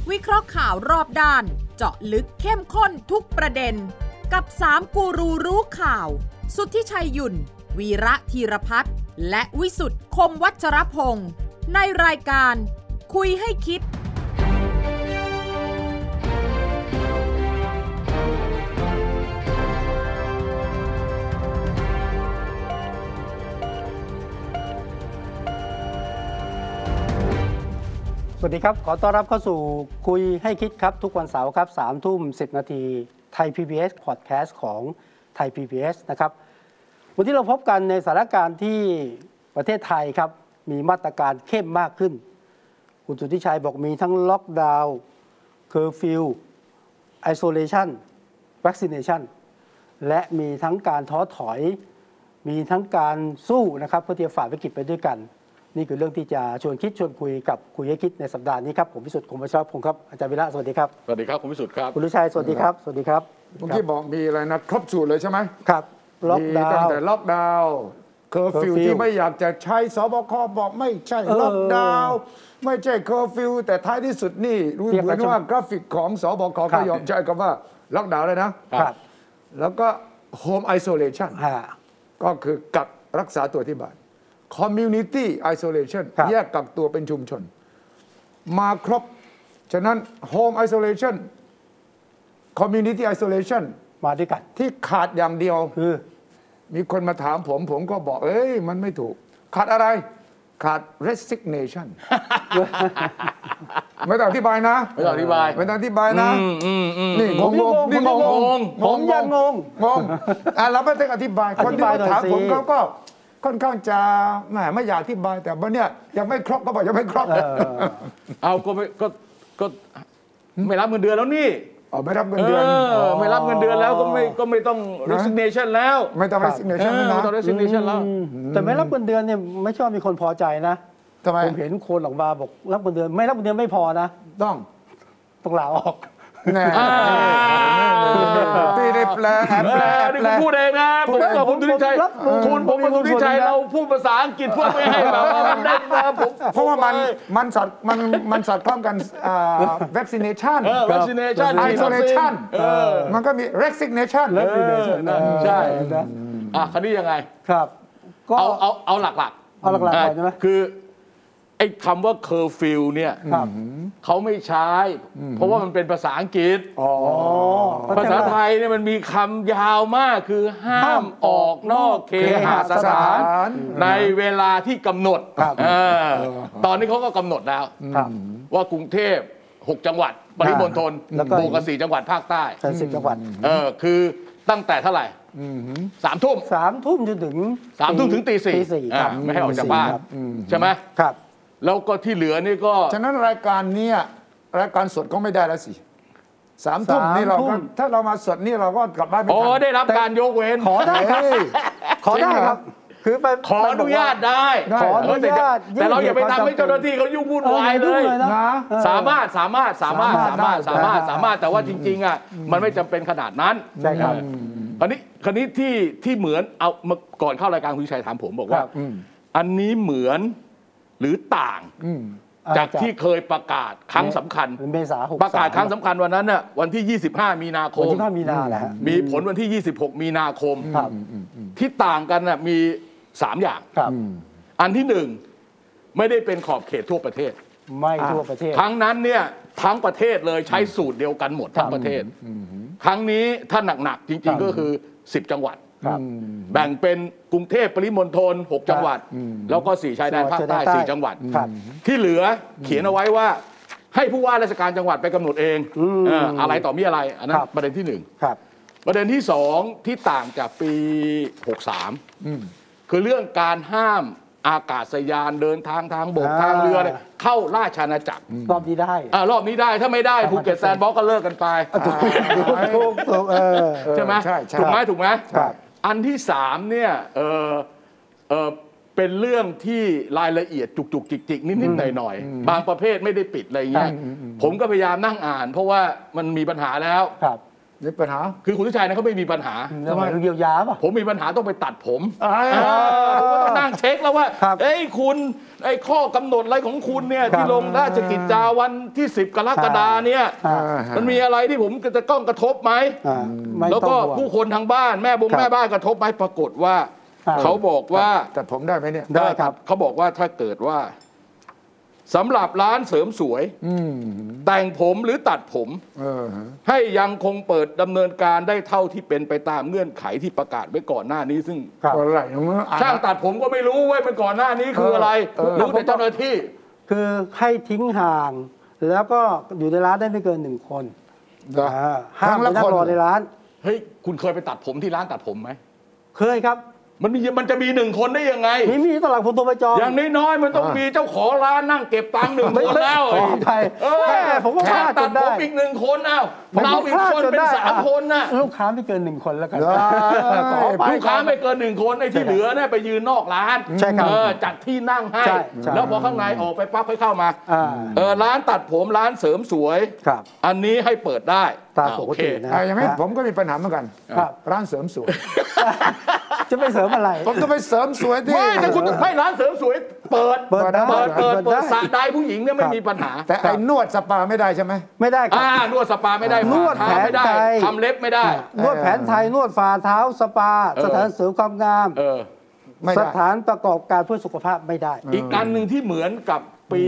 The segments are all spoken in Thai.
วิเคราะห์ข่าวรอบด้านเจาะลึกเข้มข้นทุกประเด็นกับ3กูรูรู้ข่าวสุทธิชัยหยุ่นวีระธีรพัฒน์และวิสุทธิ์คมวัชรพงศ์ในรายการคุยให้คิดสวัสดีครับขอต้อนรับเข้าสู่คุยให้คิดครับทุกวันเสาร์ครับ 3:10 นาทีไทย PBS Podcast ของไทย PBS นะครับวันที่เราพบกันในสถานการณ์ที่ประเทศไทยครับมีมาตรการเข้มมากขึ้นคุณสุทธิชัยบอกมีทั้งล็อกดาวน์เคอร์ฟิวไอโซเลชันวัคซีเนชันและมีทั้งการท้อถอยมีทั้งการสู้นะครับเพื่อที่จะฝ่าวิกฤตไปด้วยกันนี่คือเรื่องที่จะชวนคิดชวนคุยกับคุยให้คิดในสัปดาห์นี้ครับผมวิสุทธิ์คมวัชรพงศ์ครับอาจารย์วีระสวัสดีครับสวัสดีครับคุณวิสุทธิ์ครับคุณลุชัยสวัสดีครับสวัสดีครับเมื่อกี้บอกมีอะไรนะครบสูตรเลยใช่ไหมครับล็อกดาวน์ตั้งแต่ล็อกดาวน์เคอร์ฟิวที่ไม่อยากจะใช้สบคบอกไม่ใช่ล็อกดาวน์ไม่ใช่เคอร์ฟิวแต่ท้ายที่สุดนี่รู้เหมือนว่ากราฟิกของสบคก็ยอมใช้คำว่าล็อกดาวน์เลยนะครับแล้วก็โฮมไอโซเลชันก็คือกักรักษาตัวที่บ้านCommunity Isolation แยกกักตัวเป็นชุมชนมาครบฉะนั้น Home Isolation Community Isolation มาด้วยกันที่ขาดอย่างเดียวคือมีคนมาถามผมก็บอกมันไม่ถูกขาดอะไรขาด resignation ไม่ต้องอธิบายนะไม่ต้องอธิบายนะนี่งงนี่งงผมยังงงเราไม่ต้องอธิบายคนที่มาถามผมเขาก็ค่อนข้างจะไม่อยากอธิบายแต่ว่าเนี่ยยังไม่ครบก็บอกยังไม่ครบเอาก็ไม่รับเงินเดือนแล้วนี่ไม่รับเงินเดือนไม่รับเงินเดือนแล้วก็ไม่ต้อง resignation แล้วไม่ต้อง resignation ไม่ต้อง resignation แล้วแต่ไม่รับเงินเดือนเนี่ยไม่ชอบมีคนพอใจนะทำไมผมเห็นคนออกมาบอกรับเงินเดือนไม่รับเงินเดือนไม่พอนะต้องลาออกตีได้แปลนี่คุณพูดเองนะผมกับคุณสุทธิชัยเราพูดภาษาอังกฤษเพื่อไม่ให้แบบว่ามันได้เพราะว่ามันสอดคล้องกันvaccination isolation มันก็มี resignation ใช่นะคราวนี้ยังไงครับก็เอาหลักก่อนใช่ไหมคือไอ้คำว่าเคอร์ฟิวเนี่ยเขาไม่ใช้เพราะว่ามันเป็นภาษาอังกฤษภาษาไทยเนี่ยมันมีคำยาวมากคือห้ามออกนอกเคหสถานในเวลาที่กำหนดตอนนี้เขาก็กำหนดแล้วว่ากรุงเทพ6จังหวัดปริมณฑลบวกกับ4จังหวัดภาคใต้ 10จังหวัดคือตั้งแต่เท่าไหร่3 ทุ่มจนถึง 3 ทุ่มถึงตี 4ไม่ให้ออกจากบ้านใช่ไหมครับแล้วก็ที่เหลือนี่ก็ฉะนั้นรายการนี้รายการสดก็ไม่ได้แล้วสิ3 ทุ่มนี่เราถ้าเรามาสดนี่เราก็กลับบ้านไม่ทันได้รับการยกเว้นขอได้ครับคือไปขออนุญาตได้แต่เราอย่าไปทำให้เจ้าหน้าที่เขายุ่งวุ่นวายเลยนะสามารถแต่ว่าจริงๆมันไม่จำเป็นขนาดนั้นใช่ครับคราวนี้ที่เหมือนเอาก่อนเข้ารายการคุณชัยถามผมบอกว่าอันนี้เหมือนหรือต่างจากที่เคยประกาศครั้งสำคัญประกาศครั้งสำคัญวันนั้นน่ะวันที่25มีนาคมมีผลวันที่26มีนาคมที่ต่างกันน่ะมี3อย่างอันที่1ไม่ได้เป็นขอบเขตทั่วประเทศไม่ทั่วประเทศครั้งนั้นเนี่ยทั้งประเทศเลยใช้สูตรเดียวกันหมดทั้งประเทศครั้งนี้ถ้าหนักๆจริงๆก็คือ10จังหวัดแบ่งเป็นกรุงเทพปริมณฑล6จังหวัดแล้วก็4ชายแดนภาคใต้4จังหวัดที่เหลือเขียนเอาไว้ว่าให้ผู้ว่าราชการจังหวัดไปกำหนดเองอะไรต่อมีอะไรอันนั้นประเด็นที่1ประเด็นที่2ที่ต่างจากปี63คือเรื่องการห้ามอากาศยานเดินทางทางบกทางเรือเข้าราชอาณาจักรรอบนี้ได้ถ้าไม่ได้ภูเก็ตแซนด์บ็อกซ์ก็เลิกกันไปถูกใช่ไหมถูกไหมอันที่3เนี่ยเป็นเรื่องที่รายละเอียดจุกจิกนิดๆหน่อยๆบางประเภทไม่ได้ปิดอะไรเงี้ยผมก็พยายามนั่งอ่านเพราะว่ามันมีปัญหาแล้วมีปัญหาคือคุณสุชัยเขาไม่มีปัญหาทำไมเยียวยาป่ะผมมีปัญหาต้องไปตัดผมผมก็ต้องนั่งเช็คแล้วว่าเอ้ยคุณไอ้ข้อกำหนดอะไรของคุณเนี่ยที่ลงราชกิจจาวันที่10 กรกฎาคมเนี่ยมันมีอะไรที่ผมจะต้องกระทบไหมแล้วก็ผู้คนทางบ้านแม่บ้านกระทบไหมปรากฏว่าเขาบอกว่าแต่ผมได้ไหมเนี่ยได้ครับเขาบอกว่าถ้าเกิดว่าสำหรับร้านเสริมสวยแต่งผมหรือตัดผมให้ยังคงเปิดดำเนินการได้เท่าที่เป็นไปตามเงื่อนไขที่ประกาศไว้ก่อนหน้านี้ซึ่งช่างตัดผมก็ไม่รู้ว่ามันก่อนหน้านี้คืออะไรรู้แต่เจ้าหน้าที่คือให้ทิ้งห่างแล้วก็อยู่ในร้านได้ไม่เกิน1 คนห้ามไปนั่งรอในร้านเฮ้ยคุณเคยไปตัดผมที่ร้านตัดผมไหมเคยครับมันจะมี1 คนได้ยังไงมีตลาดคนตัวไปจองอย่างน้อยๆมันต้องมีเจ้าของร้านนั่งเก็บตังค์1 คนแล้วผมก็พลาดตัดผมอีก1 คนอ้าวเราอีกคนเป็น3 คนน่ะลูกค้าไม่เกิน1 คนแล้วกันลูกค้าไม่เกิน1 คนไอ้ที่เหลือเนี่ยไปยืนนอกร้านจัดที่นั่งให้แล้วพอข้างในออกไปปั๊บให้เข้ามาร้านตัดผมร้านเสริมสวยอันนี้ให้เปิดได้โอเคนะอย่างนี้ผมก็มีปัญหาเหมือนกันร้านเสริมสวยจะไปเสริมอะไรผมจะไปเสริมสวยที่ไม่แต่คุณให้ร้านเสริมสวยเปิดสระใดผู้หญิงเนี่ยไม่มีปัญหาแต่ไอ้นวดสปาไม่ได้ใช่ไหมไม่ได้ครับนวดสปาไม่ได้นวดแผนไทยทำเล็บไม่ได้นวดแผนไทยนวดฝ่าเท้าสปาสถานเสริมความงามสถานประกอบการเพื่อสุขภาพไม่ได้อีกอันหนึ่งที่เหมือนกับปี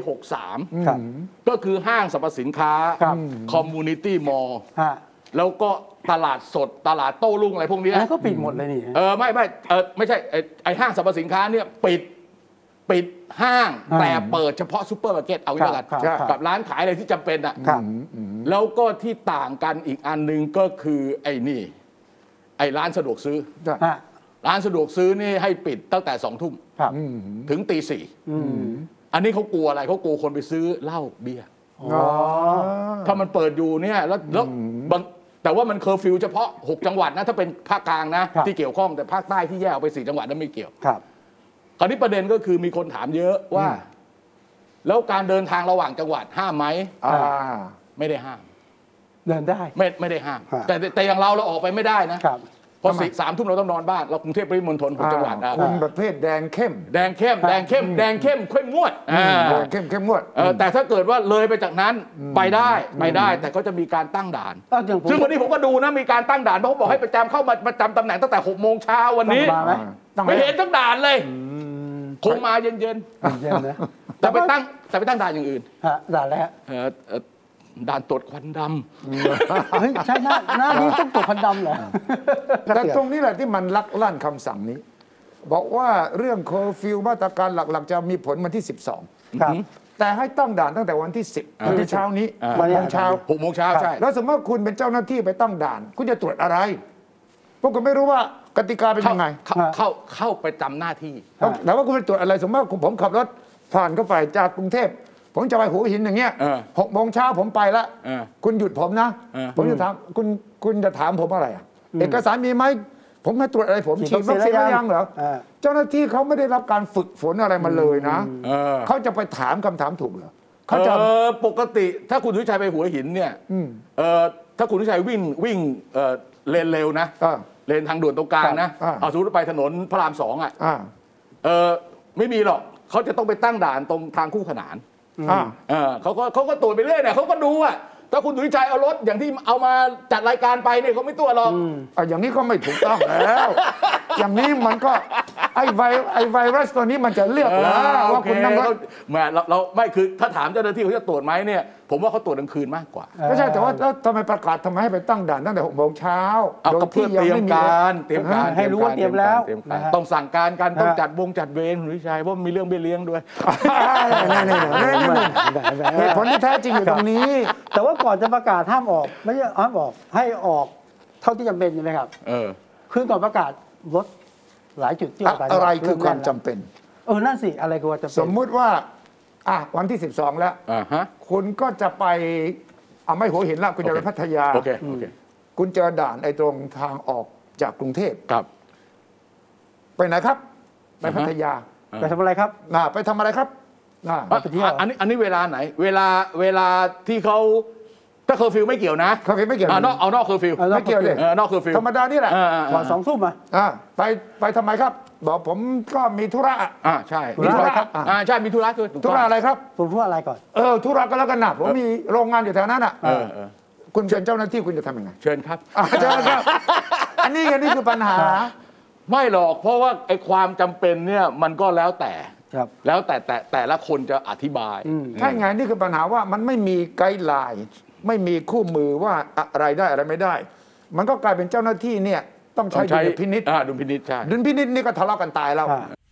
63ก็คือห้างสรรพสินค้าคอมมูนิตี้มอลล์แล้วก็ตลาดสดตลาดโต้รุ่งอะไรพวกนี้ก็ปิดหมดเลยนี่ไม่ใช่ไอ้ห้างสรรพสินค้าเนี่ยปิดห้างแต่เปิดเฉพาะซูเปอร์มาร์เก็ตเอาอย่างนั้นกับร้านขายอะไรที่จำเป็นอ่ะแล้วก็ที่ต่างกันอีกอันนึงก็คือไอ้ร้านสะดวกซื้อร้านสะดวกซื้อนี่ให้ปิดตั้งแต่20:00 นถึงตี 4อันนี้เขากลัวอะไรเขากลัวคนไปซื้อเหล้าเบียร์ถ้ามันเปิดอยู่เนี่ยแล้วแต่ว่ามันเคอร์ฟิวเฉพาะ6 จังหวัดนะถ้าเป็นภาคกลางนะที่เกี่ยวข้องแต่ภาคใต้ที่แยกออกไป4 จังหวัดนั้นไม่เกี่ยวคราวนี้ประเด็นก็คือมีคนถามเยอะว่าแล้วการเดินทางระหว่างจังหวัดห้ามไหมไม่ได้ห้ามเดินได้ไม่ได้ห้ามแต่อย่างเราออกไปไม่ได้นะพอ3 ทุ่มเราต้องนอนบ้านเรากรุงเทพปริมณฑล6 จังหวัดคุณประเภทแดงเข้มเข้มเข้มงวดเข้มงวดแต่ถ้าเกิดว่าเลยไปจากนั้นไปได้แต่เขาจะมีการตั้งด่านซึ่งวันนี้ผมก็ดูนะมีการตั้งด่านเพราะเขาบอกให้ประจำเข้ามาประจำตำแหน่งตั้งแต่6 โมงเช้าวันนี้ไม่เห็นตั้งด่านเลยคงมาเย็นนะแต่ไปตั้งด่านอย่างอื่นด่านแล้วด่านตรวจควันดำเฮ้ยใช่หน้านี้ต้องตรวจควันดำเหรอแต่ตรงนี้แหละที่มันลักลั่นคำสั่งนี้บอกว่าเรื่องเคอร์ฟิวมาตรการหลักๆจะมีผลวันที่12 ครับแต่ให้ตั้งด่านตั้งแต่วันที่10คือเช้านี้6 โมงเช้า 6 โมงเช้าใช่แล้วสมมติว่าคุณเป็นเจ้าหน้าที่ไปตั้งด่านคุณจะตรวจอะไรพวกคุณไม่รู้ว่ากติกาเป็นยังไงเข้าไปจำหน้าที่แต่ว่าคุณไปตรวจอะไรสมมติว่าผมขับรถผ่านเข้าไปจากกรุงเทพผมจะไปหัวหินอย่างเงี้ย6 โมงเช้าผมไปละคุณหยุดผมนะผมจะถามคุณจะถามผมอะไรเอกสารมีไหมผมมาตรวจอะไรผมฉีดวัคซีนหรือยังเหรอเจ้าหน้าที่เขาไม่ได้รับการฝึกฝนอะไรมาเลยนะเขาจะไปถามคำถามถูกเหรอเขาจะปกติถ้าคุณวิชัยไปหัวหินเนี่ยถ้าคุณวิชัยวิ่งเลนเร็วนะเลนทางด่วนตรงกลางนะเอาสมมติไปถนนพระราม2ไม่มีหรอกเขาจะต้องไปตั้งด่านตรงทางคู่ขนานเขาก็ตรวจไปเรื่อยเนี่ยเขาก็ดูว่าถ้าคุณสุวิชัยเอารถอย่างที่เอามาจัดรายการไปเนี่ยเขาไม่ตรวจหรอกอย่างนี้ก็ไม่ถูกต้องแล้วอย่างนี้มันก็ไอไวรัสตัวนี้มันจะเลือกแล้วว่าคุณนำรถเราไม่คือถ้าถามเจ้าหน้าที่เขาจะตรวจไหมเนี่ยผมว่าเขาตรวจกลางคืนมากกว่าไม่ใช่แต่ว่าแล้วทำไมประกาศทำไมให้ไปตั้งด่านตั้งแต่6 โมงเช้าโดยที่ยังไม่มีเตรียมการให้รู้ว่าเตรียมแล้วต้องสั่งการกันต้องจัดเวรคุณวิชัยเพราะมีเรื่องเบี้ยเลี้ยงด้วยเหตุผลที่แท้จริงอยู่ตรงนี้แต่ว่าก่อนจะประกาศห้ามออกไม่ใช่ห้ามออกให้ออกเท่าที่จำเป็นใช่ไหมครับคือก่อนประกาศรถหลายจุดที่อะไรคือความจำเป็นนั่นสิอะไรคือว่าจะสมมุติว่าวันที่12แล้วคุณก็จะไปไม่หัวหินละคุณจะไปพัทยาคุณเจอด่านไอ้ตรงทางออกจากกรุงเทพครับไปไหนครับไปพัทยาไปทำอะไรครับไปทำอะไรครับอันนี้เวลาไหนเวลาที่เขาถ้าเคอร์ฟิวไม่เกี่ยวนะเคอร์ฟิวไม่เกี่ยวเอานอกเคอร์ฟิวไม่เกี่ยวเลยนอกเคอร์ฟิวธรรมดานี่แหละก่อน2 ทุ่มไปทำไมครับบอกผมก็มีธุระใช่มีธุระครับใช่มีธุระธุระอะไรครับธุระอะไรก่อนธุระก็แล้วกันนะผมมีโรงงานอยู่แถวนั้นคุณเป็นเจ้าหน้าที่คุณจะทำยังไงเชิญครับเชิญครับอันนี้คือปัญหาไม่หรอกเพราะว่าไอ้ความจำเป็นเนี่ยมันก็แล้วแต่แต่ละคนจะอธิบายใช่ไงนี่คือปัญหาว่ามันไม่มีไกด์ไลน์ไม่มีคู่มือว่าอะไรได้อะไรไม่ได้มันก็กลายเป็นเจ้าหน้าที่เนี่ยต้องใช้ดุลพินิจดุลพินิจใช่ดุลพินิจนี่ก็ทะเลาะกันตายแล้ว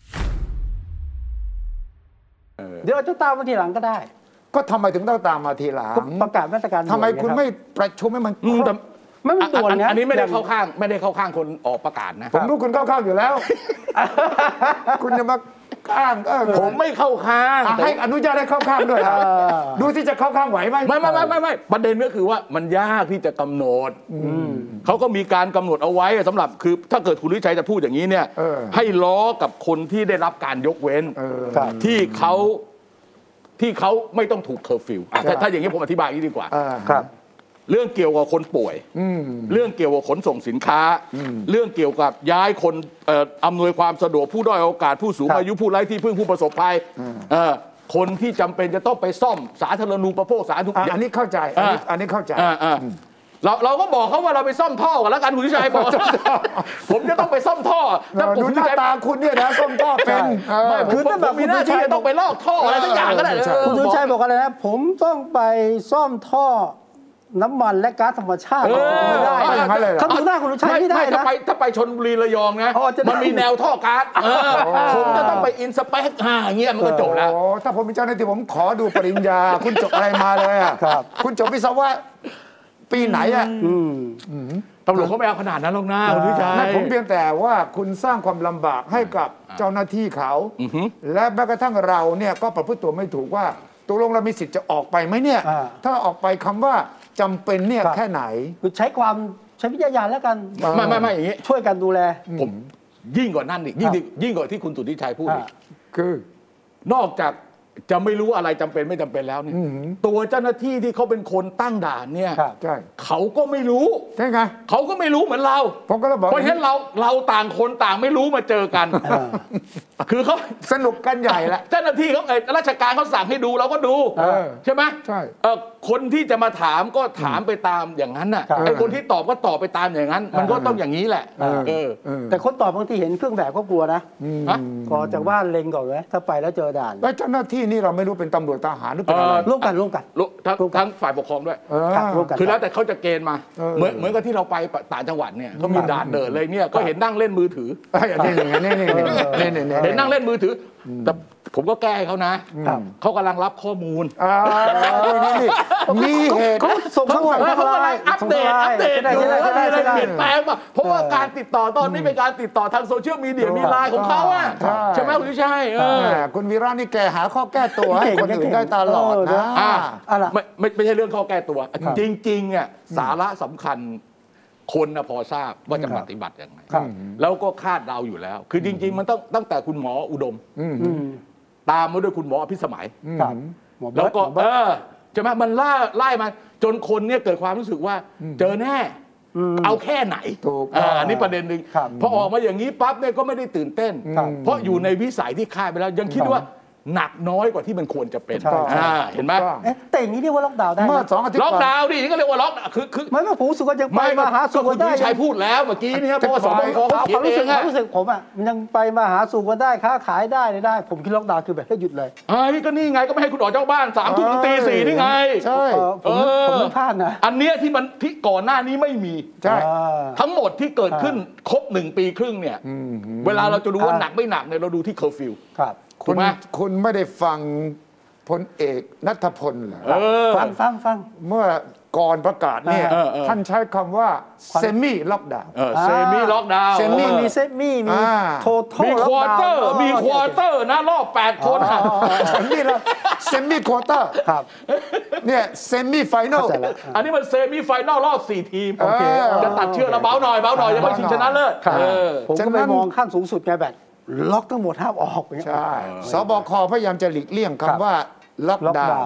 เดี๋ยวจะตามมาทีหลังก็ได้ก็ทำไมถึงต้องตามมาทีหลังประกาศมาตรการทำไมคุณไม่ประชุมให้มันไม่ด่วนนะอันนี้ไม่ได้เข้าข้างคนออกประกาศนะผมรู้คุณเข้าข้างอยู่แล้วคุณจะมาข้างผมไม่เข้าข้างให้อนุญาตให้เข้าข้างด้วยดูที่จะเข้าข้างไหวไหมไม่ประเด็นก็คือว่ามันยากที่จะกำหนดเขาก็มีการกำหนดเอาไว้สำหรับคือถ้าเกิดคุณวิชัยจะพูดอย่างนี้เนี่ยให้ล้อกับคนที่ได้รับการยกเว้นที่เขาไม่ต้องถูกเคอร์ฟิวถ้าอย่างนี้ผมอธิบายอย่างนี้ดีกว่าครับเรื่องเกี่ยวกับคนป่วยเรื่องเกี่ยวกับขนส่งสินค้าเรื่องเกี่ยวกับย้ายคนอำนวยความสะดวกผู้ด้อยโอกาสผู้สูงอายุผู้ไร้ที่พึ่งผู้ประสบภัยคนที่จำเป็นจะต้องไปซ่อมสาธารณูปโภคสาธารณูปโภคอันนี้เข้าใจอันนี้เข้าใจเราก็บอกเขาว่าเราไปซ่อมท่อกันแล้วกันคุณวิชัยบอกผมจะต้องไปซ่อมท่อถ้าผมหน้าตาคุณเนี่ยนะซ่อมท่อเป็นคือถ้าแบบมีหน้าที่จะต้องไปลอกท่ออะไรสักอย่างก็ได้คุณวิชัยบอกอะไรนะผมต้องไปซ่อมท่อน้ำมันและก๊าซธรรมชาติไม่ได้เขาดูหน้าคุณวิชัยไม่ได้นะถ้าไปชลบุรีระยองนะมันมีแนวท่อก๊าซผมจะต้องไปอินสเปกอย่างเงี้ยมันก็จบแล้วถ้าผมเป็นเจ้าหน้าที่ผมขอดูปริญญาคุณจบอะไรมาเลยคุณจบวิศวะปีไหนตำรวจเขาไม่เอาขนาดนั้นหรอกนะคุณวิชัยผมเพียงแต่ว่าคุณสร้างความลำบากให้กับเจ้าหน้าที่เขาและแม้กระทั่งเราเนี่ยก็ประพฤติตัวไม่ถูกว่าตกลงเรามีสิทธิ์จะออกไปไหมเนี่ยถ้าออกไปคำว่าจำเป็นเนี่ยแค่ไหนใช้วิทยาญาณแล้วกันไม่อย่างนี้ช่วยกันดูแลผมยิ่งกว่านั้นอีกยิ่งกว่าที่คุณสุทธิชัยพูดอีกคือนอกจากจะไม่รู้อะไรจำเป็นไม่จำเป็นแล้วเนี่ยตัวเจ้าหน้าที่ที่เขาเป็นคนตั้งด่านเนี่ยเขาก็ไม่รู้ใช่ไงเขาก็ไม่รู้เหมือนเราผมก็เลยบอกเพราะฉะนั้นเราต่างคนต่างไม่รู้มาเจอกันคือเขาสนุกกันใหญ่ละเจ้าหน้าที่เขาราชการเขาสั่งให้ดูเราก็ดูใช่ไหมใช่คนที่จะมาถามก็ถามไปตามอย่างนั้นน่ะไอ้คนที่ตอบก็ตอบไปตามอย่างนั้นมันก็ต้องอย่างนี้แหละแต่คนตอบบางทีเห็นเครื่องแบบก็กลัวนะก่อจากบ้านเล็งก่อนเลยถ้าไปแล้วเจอด่านแล้วเจ้าหน้าที่นี่เราไม่รู้เป็นตำรวจทหารหรือเป็นอะไรร่วมกันทั้งฝ่ายปกครองด้วยคือแล้วแต่เขาจะเกณฑ์มาเหมือนกับที่เราไปต่างจังหวัดเนี่ยเขามีด่านเดินเลยเนี่ยก็เห็นนั่งเล่นมือถือเห็นนั่งเล่นมือถือแต่ผมก็แก้เขานะเขากำลังรับข้อมูลมีเหตุเขาส่งข้อมูลเขากำลังอัปเดตอยู่ว่ามีอะไรเปลี่ยนแปลงป่ะเพราะว่าการติดต่อตอนนี้เป็นการติดต่อทางโซเชียลมีเดียมีไลน์ของเขาอ่ะใช่ไหมคุณวิชัยคุณวีระนี่แกหาข้อแก้ตัวให้คนอื่นได้ตลอดนะไม่ใช่เรื่องข้อแก้ตัวจริงๆอ่ะสาระสำคัญคนนะพอทราบว่าจะปฏิบัติยังไงแล้วก็คาดเดาอยู่แล้วคือจริงๆมันตั้งแต่คุณหมออุดมตามมาด้วยคุณหมออภิสมัยแล้วก็ใช่ไหมมันไล่มาจนคนเนี่ยเกิดความรู้สึกว่าเจอแน่เอาแค่ไหนอันนี้ประเด็นหนึ่งพอออกมาอย่างนี้ปั๊บเนี่ยก็ไม่ได้ตื่นเต้นเพราะอยู่ในวิสัยที่คาดไปแล้วยังคิดว่าหนักน้อยกว่าที่มันควรจะเป็นเห็นไหมแต่อย่างนี้เรียกว่าล็อกดาวน์ได้เมื่อ2 อาทิตย์ล็อกดาวน์ดิก็เรียกว่าล็อกคือไม่ผมรู้สึกว่ายังไปมาหาสู่กันได้คุณชัยพูดแล้วเมื่อกี้เนี่ยเพราะว่าสบคเขารู้สึกผมอ่ะมันยังไปมาหาสู่กันได้ค้าขายได้ผมคิดล็อกดาวน์คือแบบให้หยุดเลยก็นี่ไงก็ไม่ให้คุณออกจากบ้าน3 ทุ่มถึงตี 4นี่ไงใช่ผมไม่พลาดนะอันเนี้ยที่ก่อนหน้านี้ไม่มีใช่ทั้งหมดที่เกิดขึ้นครบ1 ปีครึ่งเนี่ยเวลาเราจะดูว่าหนักไม่หนักเนี่ยเราดูที่เคอร์ฟิวคุณไม่ได้ฟังพลเอกณัฐพลเหรอฟังเมื่อก่อนประกาศเนี่ยท่านใช้คำว่าเซมิล็อกดาวน์เซมิล็อกดาวน์มีเซมิมีโททอลมีควอเตอร์นะรอบ8 คนเซมิควอเตอร์เนี่ยเซมิไฟแนลอันนี้มันเซมิไฟแนลรอบ4 ทีมจะตัดเชือกแล้วเบาหน่อยจะไม่ชิงชนะเลิศผมก็ไปมองขั้นสูงสุดไงแบบล็อกทั้งหมดห้ามออกใช่สบคพยายามจะหลีกเลี่ยงคำว่าล็อกดาวน์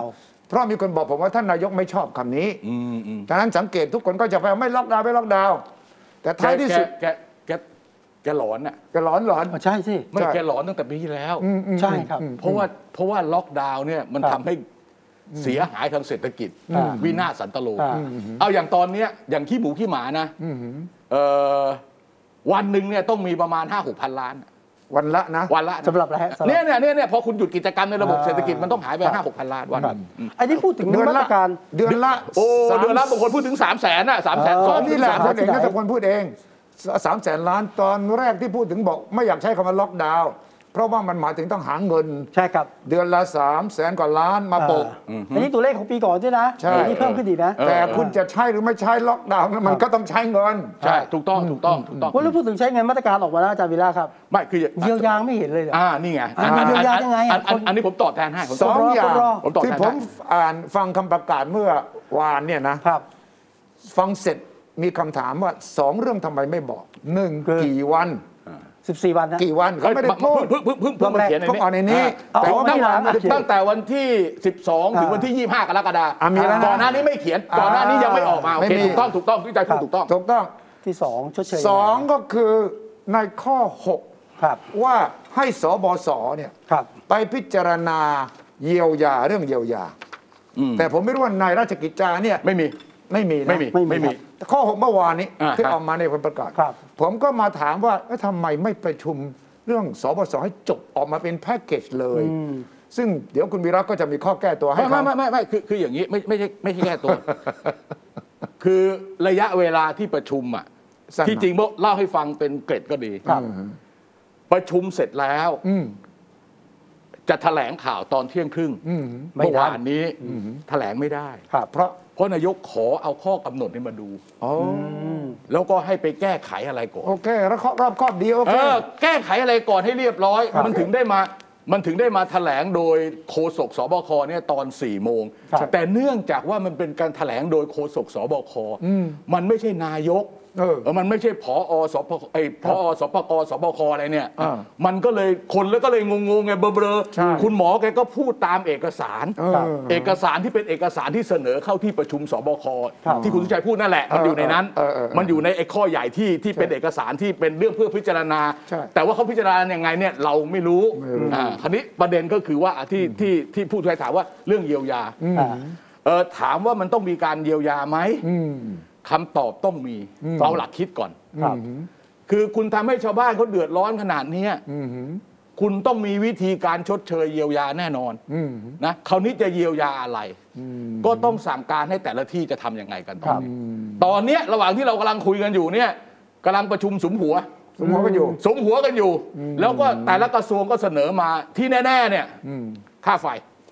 เพราะมีคนบอกผมว่าท่านนายกไม่ชอบคำนี้ดังนั้นสังเกตทุกคนก็จะไปไม่ล็อกดาวน์ไม่ล็อกดาวน์แต่ท้ายที่สุดแกหลอนอ่ะแกหลอนใช่สิไม่แกหลอนตั้งแต่ปีที่แล้วใช่ครับเพราะว่าล็อกดาวน์เนี่ยมันทำให้เสียหายทางเศรษฐกิจวินาศสันตโลเอาอย่างตอนนี้อย่างขี้หมูขี้หมานะวันหนึ่งเนี่ยต้องมีประมาณ 5-6 พันล้านวันละนะวันละสำหรับอะไรเนี่ยพอคุณหยุดกิจกรรมในระบบเศรษฐกิจมันต้องหายไป 5-6 พันล้านวันอันนี้พูดถึงมาตรการเดือนละเดือนละบางคนพูดถึง 300,000 น่ะ 300,000 นี่แหละคนเองนัทพลพูดเอง300,000 ล้านตอนแรกที่พูดถึงบอกไม่อยากใช้คำว่าล็อกดาวน์เพราะว่ามันหมายถึงต้องหาเงินใช่ครับเดือนละ300,000 กว่าล้านมาโปะอันนี้ตัวเลขของปีก่อนด้วยนะนี่เพิ่มขึ้นอีกนะแต่คุณจะใช้หรือไม่ใช้ล็อกดาวน์มันก็ต้องใช้เงินใช่ถูกต้องว่าเราพูดถึงใช้เงินมาตรการออกมาแล้วอาจารย์วีระครับไม่คือเยียวยาไม่เห็นเลยนี่ไงเยียวยายังไงอันนี้ผมตอบแทนให้ 2 อย่างที่ผมอ่านฟังคำประกาศเมื่อวานเนี่ยนะครับฟังเสร็จมีคำถามว่า2 เรื่องทำไมไม่บอก1กี่วัน 14 วันนะกี่วันเขาไม่ได้พูดเพิ่งมาเขียนในนี้แต่ว่าตั้งแต่วันที่12ถึงวันที่25 กรกฎาคมก่อนหน้านี้ไม่เขียนก่อนหน้านี้ยังไม่ออกมาโอเคถูกต้องที่ใจพูดถูกต้องที่2ชดเชย 2ก็คือในข้อ6ว่าให้สบสเนี่ยไปพิจารณาเยียวยาเรื่องเยียวยาแต่ผมไม่รู้ว่าในราชกิจจาเนี่ยไม่มีข้อ6เมื่อวานนี้ที่ออกมาในผลประกาศผมก็มาถามว่าทำไมไม่ประชุมเรื่องสบสให้จบออกมาเป็นแพ็กเกจเลยซึ่งเดี๋ยวคุณวีระก็จะมีข้อแก้ตัวให้ไม่คืออย่างนี้ไม่ใช่แก้ตัวคือระยะเวลาที่ประชุมอ่ะที่จริงเล่าให้ฟังเป็นเกร็ดก็ดีประชุมเสร็จแล้วจะแถลงข่าวตอนเที่ยงครึ่งเมื่อวานนี้แถลงไม่ได้เพราะนายกขอเอาข้อกำหนดนี้มาดูแล้วก็ให้ไปแก้ไขอะไรก่อนโอเคแล้วรอบครอบดีโอเคแก้ไขอะไรก่อนให้เรียบร้อยมันถึงได้มาแถลงโดยโฆษกสบคเนี่ยตอน 4 โมงแต่เนื่องจากว่ามันเป็นการแถลงโดยโฆษกสบคมันไม่ใช่นายกมันไม่ใช่ผอ.สปก.สบคอะไรเนี่ยมันก็เลยคนแล้วก็เลยงงไงเบลอคุณหมอแกก็พูดตามเอกสารที่เป็นเอกสารที่เสนอเข้าที่ประชุมสบคที่คุณสุชัยพูดนั่นแหละมันอยู่ในนั้นมันอยู่ในไอ้ข้อใหญ่ที่เป็นเอกสารที่เป็นเรื่องเพื่อพิจารณาแต่ว่าเขาพิจารณายังไงเนี่ยเราไม่รู้คราวนี้ประเด็นก็คือว่าที่ผู้สุชัยถามว่าเรื่องเยียวยาถามว่ามันต้องมีการเยียวยาไหมคำตอบต้องมีเอาหลักคิดก่อนคือคุณทำให้ชาวบ้านเขาเดือดร้อนขนาดนี้คุณต้องมีวิธีการชดเชยเยียวยาแน่นอนนะคราวนี้จะเยียวยาอะไรก็ต้องสั่งการให้แต่ละที่จะทำยังไงกันตอนนี้ระหว่างที่เรากำลังคุยกันอยู่เนี่ยกำลังประชุมสุมหัวกันอยู่แล้วก็แต่ละกระทรวงก็เสนอมาที่แน่ๆเนี่ยค่าไฟ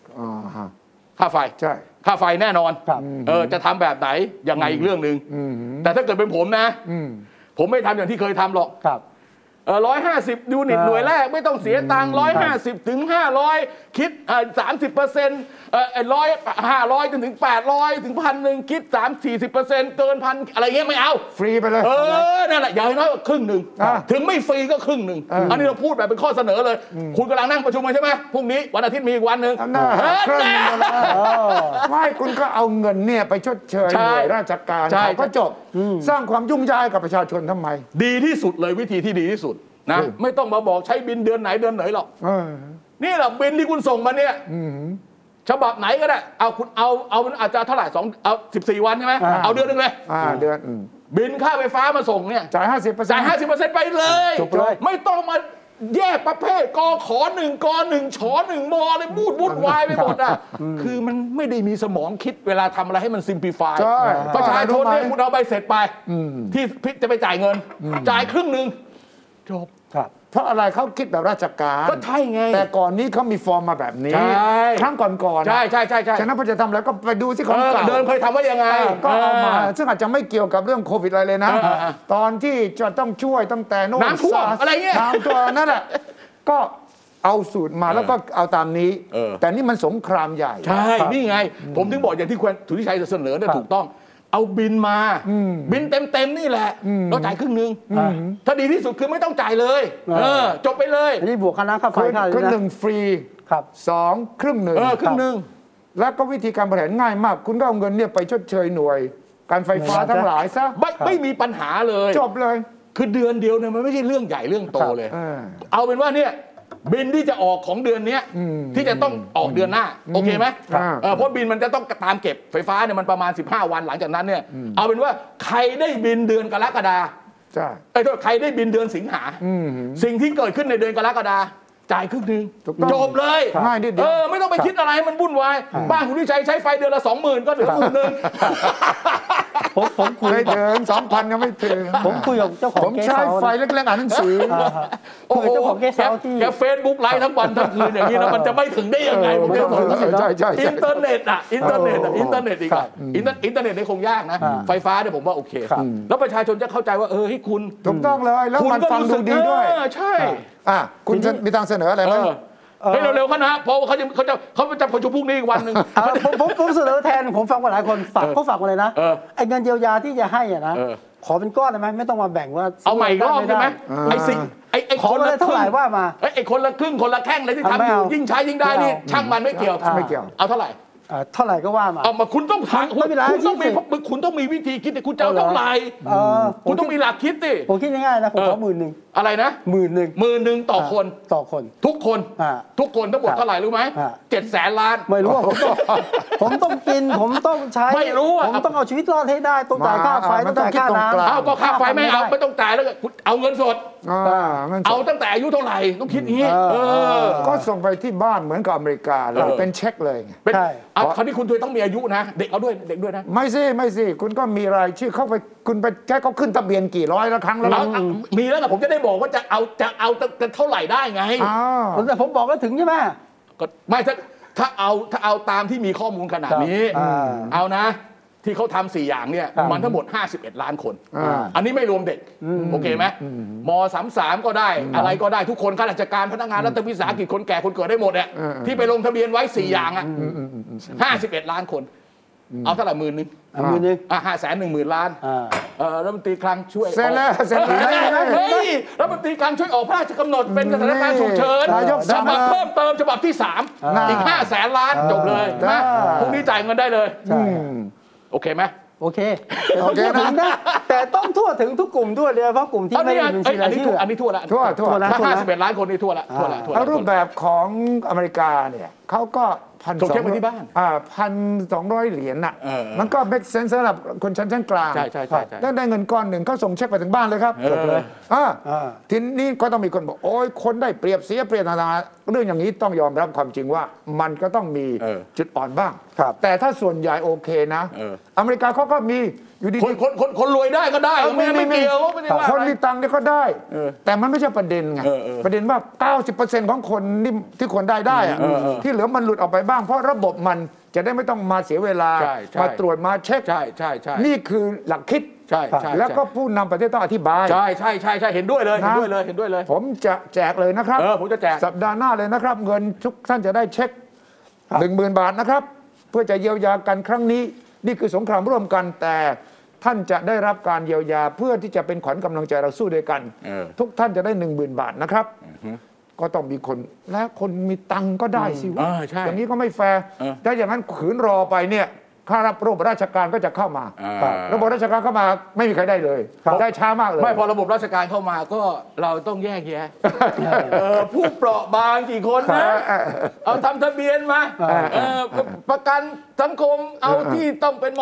ใช่ค่าไฟแน่นอนจะทำแบบไหนยังไงอีกเรื่องนึงแต่ถ้าเกิดเป็นผมนะผมไม่ทำอย่างที่เคยทำหรอก150 ยูนิตหน่วยแรกไม่ต้องเสียตังค์150 ถึง 500คิด30% 500จนถึง800ถึง 1,000 คิด40% เกิน 1,000 อะไรเงี้ยไม่เอาฟรีไปเลยนั่นแหละอย่างน้อยครึ่งนึงถึงไม่ฟรีก็ครึ่งนึงอันนี้เราพูดแบบเป็นข้อเสนอเลยคุณกำลังนั่งประชุมกันใช่ไหมพรุ่งนี้วันอาทิตย์มีอีกวันนึงไม่คุณก็เอาเงินเนี่ยไปชดเชยหน่วยราชการเขาก็จบสร้างความยุ่งยากกับประชาชนทำไมดีที่สุดเลยวิธีที่ดีที่สุดนะไม่ต้องมาบอกใช้บินเดือนไหนหรอกนี่แหละบินที่คุณส่งมาเนี่ยฉบับไหนก็ได้เอาคุณเอาอาจจะเท่าไหร่เอา14 วันใช่ไหมเอาเดือนนึงเลยเดือนบินค่าไฟฟ้ามาส่งเนี่ยจ่าย 50% ไปเลยไม่ต้องมาแยกประเภทกข1ก1ฉ1มเลยวุ่นวายไปหมดอ่ะคือมันไม่ได้มีสมองคิดเวลาทำอะไรให้มันซิมพลิฟายประชาชนเนี่ยคุณเอาใบเสร็จไปที่จะไปจ่ายเงินจ่ายครึ่งนึงจบเพราะอะไรเขาคิดแบบราชการก็ใช่ไงแต่ก่อนนี้เขามีฟอร์มมาแบบนี้ครั้งก่อนใช่ฉะนั้นพอจะทำแล้วก็ไปดูที่ของเก่าเดิมเคยทำว่ายังไงก็เอามาซึ่งอาจจะไม่เกี่ยวกับเรื่องโควิดอะไรเลยนะตอนที่จะต้องช่วยตั้งแต่โน่นน้ำท่วมอะไรเงี้ยน้ำท่วมนั่นแหละก็เอาสูตรมาแล้วก็เอาตามนี้แต่นี่มันสงครามใหญ่ใช่นี่ไงผมถึงบอกอย่างที่คุณสุทธิชัยเสนอเนี่ยถูกต้องเอาบินมาบินเต็มนี่แหละเราจ่ายครึ่งนึงถ้าดีที่สุดคือไม่ต้องจ่ายเลยจบไปเลยอันนี้บวกค่าน้ำค่าไฟครึ่งนึงฟรี2ครึ่งนึงครึ่งนึงแล้วก็วิธีการบริหารง่ายมากคุณก็เอาเงินเนี่ยไปชดเชยหน่วยการไฟฟ้าทั้งหลายซะไม่มีปัญหาเลยจบเลยคือเดือนเดียวเนี่ยมันไม่ใช่เรื่องใหญ่เรื่องโตเลยเอาเป็นว่าเนี่ยบินที่จะออกของเดือนนี้ที่จะต้องออกเดือนหน้าโอเคไหมเพราะบินมันจะต้องตามเก็บไฟฟ้าเนี่ยมันประมาณ15 วันหลังจากนั้นเนี่ยเอาเป็นว่าใครได้บินเดือนกรกฎาคมใครได้บินเดือนสิงหาสิ่งที่เกิดขึ้นในเดือนกรกฎาคมจ่ายครึ่งนึงจบเลยง่ายนิดเดียวไม่ต้องไปคิดอะไรมันวุ่นวายบ้านคุณวิชัยใช้ไฟเดือนละ 20,000 ก็เหลือ 10,000ผมคุยไม่ถึง 2,000 ก็ไม่ถึงผมคุยกับเจ้าของผมใช้ไฟเล็กๆอ่านหนังสือคุยเจ้าของเกสเซาที่แก Facebook ไลฟ์ทั้งวันทั้งคืนอย่างนี้นะมันจะไม่ถึงได้ยังไงผมจะบอกอินเทอร์เน็ตอีกอินเทอร์เน็ตนี่คงยากนะไฟฟ้าเนี่ยผมว่าโอเคแล้วประชาชนจะเข้าใจว่าให้คุณถูกต้องเลยแล้วมันฟังดูดีด้วยใช่คุณมีทางเสนออะไรไหมให้เร็วๆเขานะเพราะเขาจะประชุมพรุ่งนี้อีกวันนึงผมเสนอแทนผมฟังมาหลายคนเขาฝากมาเลยนะไอ้เงินเยียวยาที่จะให้นะขอเป็นก้อนได้ไหมไม่ต้องมาแบ่งว่าเอาใหม่อีกรอบใช่ไหมไอ้คนละเท่าไหร่ว่ามาไอ้คนละครึ่งคนละแข้งอะไรที่ทำอยู่ยิ่งใช้ยิ่งได้นี่ช่างมันไม่เกี่ยวเอาเท่าไหร่ก็ว่ามาเอามาคุณต้องถามคุณต้องมีวิธีคิดคุณจะเอาเท่าไหร่คุณต้องมีหลักคิดดิผมคิดง่ายๆนะผมขอ10,000 อะไรนะ10,000ต่อคนทุกคนทั้งหมดเท่าไหร่รู้ไหม700,000 ล้านไม่รู้ผมต้องกินผมต้องใช้ไม่รู้ผมต้องเอาชีวิตรอดให้ได้ต้องจ่ายค่าไฟต้องจ่ายค่าน้ำเอาก็ค่าไฟไม่เอาไม่ต้องจ่ายแล้วเอาเงินสดเอาตั้งแต่อายุเท่าไหร่ต้องคิดอย่างนี้ก็ส่งไปที่บ้านเหมือนกับอเมริกาเลยเป็นเช็คเลยใช่คราวนี้คุณต้องมีอายุนะเด็กเอาด้วยเด็กด้วยนะไม่สิคุณก็มีรายชื่อเข้าไปคุณไปแค่เขาขึ้นทะเบียนกี่ร้อยละครั้งแล้วมีแล้วนะผมจะได้บอกว่าจะเอาเท่าไหร่ได้ไงแต่ผมบอกแล้วถึงใช่ไหมก็ไม่ถ้าเอาตามที่มีข้อมูลขนาดนี้เอานะที่เขาทำ4 อย่างเนี่ยมันทั้งหมด51 ล้านคนอันนี้ไม่รวมเด็กโอเคไหมม.33 ก็ได้อะไรก็ได้ทุกคนข้าราชการพนักงานรัฐวิสาหกิจคนแก่คนเกิดได้หมดเนี่ยที่ไปลงทะเบียนไว้4 อย่าง51 ล้านคนเอาเท่าไหร่10,000 510,000 ล้านรัฐมนตรีคลังช่วยเซ็นแล้วรัฐมนตรีคลังช่วยออกพระราชกำหนดเป็นสถานการณ์ฉุกเฉินฉบับเพิ่มเติมฉบับที่3อีก500,000 ล้านจบเลยนะพรุ่งนี้จ่ายเงินได้เลยโอเคไหมโอเคนะแต่ต้องทั่วถึงทุกกลุ่มด้วยเลยเพราะกลุ่มที่ไม่มีบัญชีรายชื่ออันนี้ทั่วแล้วถ้า51 ล้านคนนี่ทั่วแล้วรูปแบบของอเมริกาเนี่ยเขาก็ 1,200 ไปที่บ้าน 1,200 เหรียญน่ะมันก็ make sense สำหรับคนชั้นกลางใช่ได้เงินก้อนหนึ่งเขาส่งเช็คไปถึงบ้านเลยครับจบเลยทีนี้ก็ต้องมีคนบอกโอ้ยคนได้เปรียบเสียเปรียบต่างๆเรื่องอย่างนี้ต้องยอมรับความจริงว่ามันก็ต้องมีจุดอ่อนบ้างแต่ถ้าส่วนใหญ่โอเคนะอเมริกาเขาก็มีอยู่ดีคนรวยได้ก็ได้ไม่เกี่ยวคนมีตังค์เนี่ยก็ได้แต่มันไม่ใช่ประเด็นไงประเด็นว่า 90% ของคนที่ควรได้อะที่เหลือมันหลุดออกไปบ้างเพราะระบบมันจะได้ไม่ต้องมาเสียเวลามาตรวจมาเช็คนี่คือหลักคิดแล้วก็ผู้นำประเทศต้องอธิบายใช่เห็นด้วยเลยผมจะแจกเลยนะครับผมจะแจกสัปดาห์หน้าเลยนะครับเงินทุกท่านจะได้เช็ค 10,000 บาทนะครับเพื่อจะเยียวยากันครั้งนี้นี่คือสงครามร่วมกันแต่ท่านจะได้รับการเยียวยาเพื่อที่จะเป็นขวัญกำลังใจเราสู้ด้วยกันทุกท่านจะได้ 10,000 บาทนะครับก็ต้องมีคนและคนมีตังก็ได้สิวะอย่างนี้ก็ไม่แฟร์ถ้าอย่างนั้นขืนรอไปเนี่ยข้ารับระบบราชการก็จะเข้ามาระบบราชการเข้ามาไม่มีใครได้เลยได้ช้ามากเลยไม่พอระบบราชการเข้ามาก็เราต้องแยกแยะผู้เปราะบางกี่คนนะเอาทำทะเบียนมาประกันสังคมเอาที่ต้องเป็นม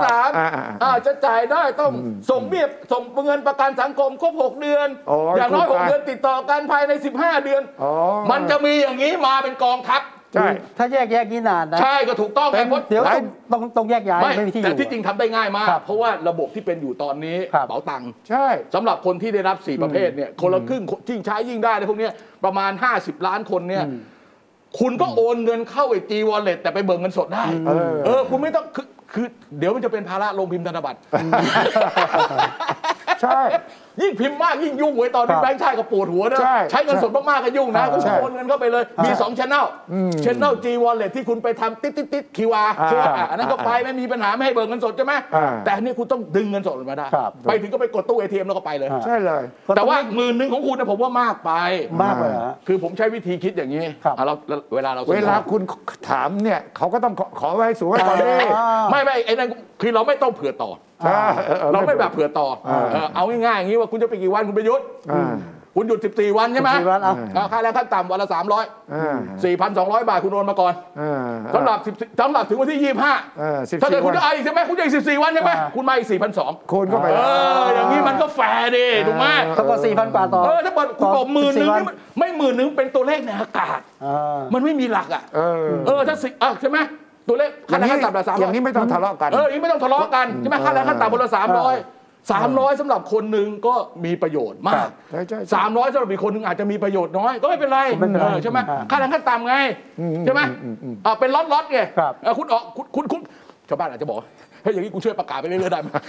.33จะจ่ายได้ต้องส่งเบี้ยส่งเงินประกันสังคมครบ6 เดือนอย่างน้อย6 เดือนติดต่อกันภายใน15 เดือนมันจะมีอย่างนี้มาเป็นกองทัพใช่ถ้าแยกนี่นานนะใช่ก็ถูกต้องเพราะเดี๋ยวต้องแยกย้ายไม่มีที่อยู่แต่ที่จริงทำได้ง่ายมากเพราะว่าระบบที่เป็นอยู่ตอนนี้เป๋าตังค์ใช่สำหรับคนที่ได้รับ4 ประเภทเนี่ยคนละครึ่งยิ่งใช้ยิ่งได้ในพวกนี้ประมาณ50 ล้านคนเนี่ยคุณก็โอนเงินเข้าไอ้ G-Wallet แต่ไปเบิกเงินสดได้คุณไม่ต้องคือเดี๋ยวมันจะเป็นภาระลงพิมพ์ธนบัตรใช่ยิ่งพิมพ์มากยิ่งยุ่งเว้ยตอนนี้แบงค์ชาติก็ปวดหัวนะใช้เงินสดมากๆก็ยุ่งนะคุณโอนเงินเข้าไปเลยมี2 channel channel G Wallet ที่คุณไปทำติ๊ด QR อันนั้นก็ไปไม่มีปัญหาไม่ให้เบิกเงินสดใช่ไหมแต่นี่คุณต้องดึงเงินสดมาได้ไปถึงก็ไปกดตู้ ATM แล้วก็ไปเลยใช่เลยแต่ว่า10,000ของคุณนะผมว่ามากไปคือผมใช้วิธีคิดอย่างนี้เวลาคุณถามเนี่ยเขาก็ต้องขอไว้สูงไว้ก่อนดิไม่ไอ้นั่นคือเราไม่ต้องเผื่อต่อเราไม่แบบเผื่อต่อเอาง่ายๆอย่างนี้ว่าคุณจะไปกี่วันคุณไปหยุดคุณหยุด14 วันใช่ไหมค่าแรงขั้นต่ำวันละ300 4,200 บาทคุณโอนมาก่อนสำหรับถึงวันที่25ถ้าเกิดคุณจะเอาอีกใช่ไหมคุณจะอีก14 วันใช่ไหมคุณมาอีก 4,200 คูณเข้าไปอย่างนี้มันก็แฟร์ดิถูกไหมถ้าบอก 4,000 กว่าต่อถ้าบอกคุณบอก10,000ไม่10,000เป็นตัวเลขในอากาศมันไม่มีหลักอ่ะถ้าใช่ไหมตัวเลขค่าแรงขั้นต่ำละ300 อย่างนี้ไม่ต้องทะเลาะกันอย่างนี้ไม่ต้องทะเลาะกันใช่ไหมค่าแรงขั้นต่ำวันละ300สำหรับคนหนึ่งก็มีประโยชน์มาก300สำหรับอีกคนหนึ่งอาจจะมีประโยชน์น้อยก็ไม่เป็นไรใช่ไหมค่าแรงขั้นต่ำไงใช่ไหมเป็นล็อตไงคุณออกคุณชาวบ้านอาจจะบอกเฮ้ยอย่างนี้กูช่วยประกาศไปเรื่อยๆได้ไหม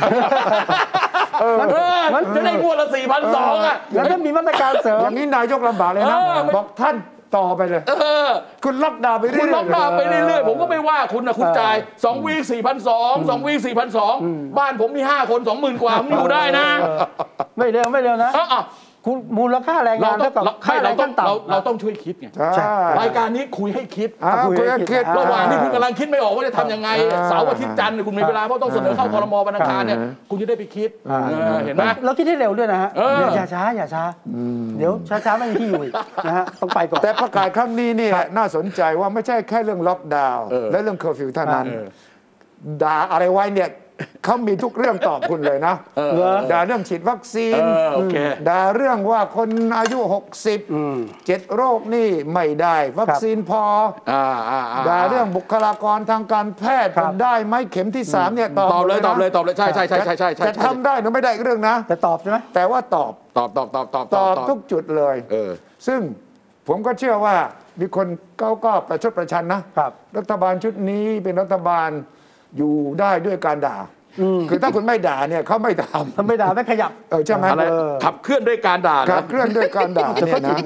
มันจะได้งวดละ 4,200 อ่ะแล้วถ้ามีมาตรการเสริมอย่างนี้นายกลำบากเลยนะบอกท่านต่อไปเลยคุณล็อกดาวน์ไปเรื่อยคุณล็อกดาวน์ไปเรื่อยๆผมก็ไม่ว่าคุณนะคุณจ่าย2 วีค 4,200 2 วีค 4,200 บ้านผมมี5 คน 20,000 กว่าผมอยู่ได้นะไม่เร็วนะคุณมูลค่าแรงงานเท่ากับค่าแรงขั้นต่ำเราต้องช่วยคิดไงรายการนี้คุยให้คิดระหว่างที่คุณกำลังคิดไม่ออกว่าจะทำยังไงเสาร์อาทิตย์จันทร์คุณมีเวลาเพราะต้องเสนอเข้าครม.วันอังคารเนี่ยคุณจะได้ไปคิดเห็นไหมเราคิดให้เร็วด้วยนะฮะอย่าช้าเดี๋ยวช้าไม่มีที่อยู่นะฮะต้องไปก่อนแต่ประกาศครั้งนี้เนี่ยน่าสนใจว่าไม่ใช่แค่เรื่องล็อกดาวน์และเรื่องเคอร์ฟิวเท่านั้นด่าอะไรไว้เนี่ยเขามีทุกเรื่องตอบคุณเลยนะด่าเรื่องฉีดวัคซีนด่าเรื่องว่าคนอายุ60 7 โรคนี่ไม่ได้วัคซีนพอด่าเรื่องบุคลากรทางการแพทย์ได้ไหมเข็มที่3เนี่ยตอบเลยใช่จะทำได้หรือไม่ได้อีกเรื่องนะแต่ตอบใช่ไหมแต่ว่าตอบทุกจุดเลยซึ่งผมก็เชื่อว่ามีคนก็ประชดประชันนะรัฐบาลชุดนี้เป็นรัฐบาลอยู่ได้ด้วยการด่าคือถ้าคุณไม่ด่าเนี่ยเขาไม่ทำไม่ด่าไม่ขยับใช่ไหมขับเคลื่อนด้วยการด่าขับเคลื่อนด้วยการด่าเนี่ยนะ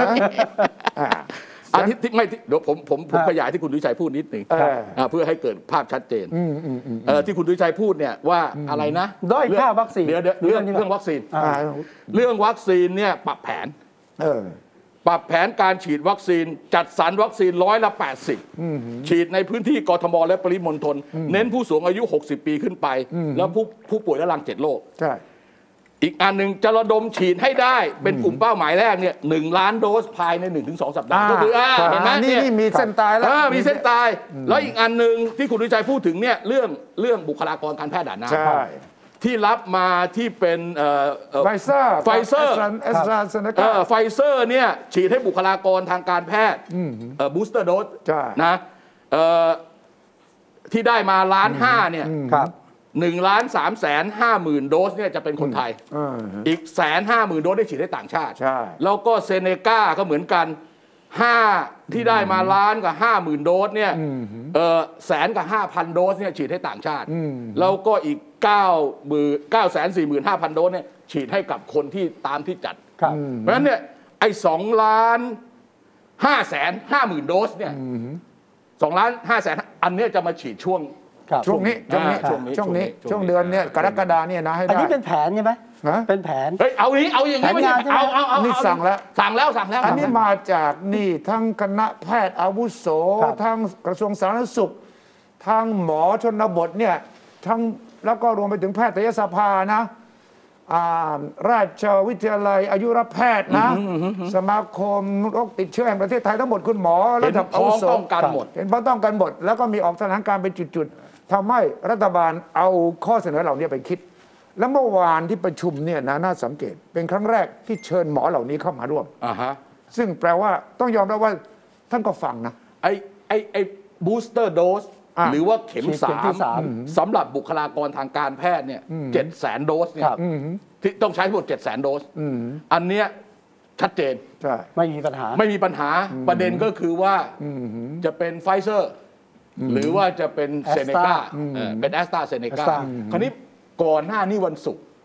อันที่ไม่เดี๋ยวผมขยายที่คุณดุชัยพูดนิดหนึ่งเพื่อให้เกิดภาพชัดเจนที่คุณดุชัยพูดเนี่ยว่าอะไรนะด้อยค่าวัคซีนเรื่องวัคซีนเรื่องวัคซีนเนี่ยปรับแผนการฉีดวัคซีนจัดสรรวัคซีน80%ฉีดในพื้นที่กทมและปริมณฑลเน้นผู้สูงอายุ60 ปีขึ้นไปแล้วผู้ป่วยเรื้อรัง7 โรคอีกอันหนึ่งจะระดมฉีดให้ได้เป็นกลุ่มเป้าหมายแรกเนี่ย1 ล้านโดสภายใน 1-2 สัปดาห์ก็คือเห็นไหมนี่มีเส้นตายแล้วมีเส้นตายแล้วอีกอันหนึ่งที่คุณดุชัยพูดถึงเนี่ยเรื่องบุคลากรการแพทย์ด่านหน้าที่รับมาที่เป็นไฟเซอร์ไฟเซอร์เนี่ยฉีดให้บุคลากรทางการแพทย์บูสเตอร์โดสนะที่ได้มา1.5 ล้านเนี่ย1,350,000 โดสเนี่ยจะเป็นคนไทยอีก150,000 โดสได้ฉีดให้ต่างชาติแล้วก็เซเนกาก็เหมือนกันที่ได้มา1 ล้านกับ 50,000 โดสเนี่ย100,000 โดสเนี่ยฉีดให้ต่างชาติแล้วก็อีก945,000 โดสเนี่ยฉีดให้กับคนที่ตามที่จัดเพราะฉะนั้นเนี่ยไอ้2,550,000 โดสเนี่ย2,500,000อันนี้จะมาฉีดช่วงนี้ช่วงเดือนเนี่ยกรกฎาคมเนี่ยนะให้ได้อันนี้เป็นแผนใช่ไหมเป็นแผนเฮ้ยเอาอย่างนี้ไม่ใช่เอานี่สั่งแล้วอันนี้มาจากนี่ทั้งคณะแพทย์อาวุโสทั้งกระทรวงสาธารณสุขทั้งหมอชนบทเนี่ยทั้งแล้วก็รวมไปถึงแพทยสภานะราชวิทยาลัยอายุรแพทย์นะสมาคมโรคติดเชื้อแห่งประเทศไทยทั้งหมดคุณหมอระดับอาวุโสต้องการหมดเห็นพ้องต้องกันหมดแล้วก็มีออกแถลงการเป็นจุดๆทำให้รัฐบาลเอาข้อเสนอเหล่านี้ไปคิดแล้วเมื่อวานที่ประชุมเนี่ยน่าสังเกตเป็นครั้งแรกที่เชิญหมอเหล่านี้เข้ามาร่วมซึ่งแปลว่าต้องยอมรับว่าท่านก็ฟังนะไอ้บูสเตอร์โดสหรือว่าเข็ม3สำหรับบุคลากรทางการแพทย์เนี่ย700,000 โดสเนี่ยที่ต้องใช้ทั้งหมด700,000 โดสอันเนี้ยชัดเจนไม่มีปัญหาประเด็นก็คือว่าจะเป็นไฟเซอร์หรือว่าจะเป็นเซเนกาเป็นแอสตราเซเนกาคราวนี้ก่อนหน้านี้วันศุกร์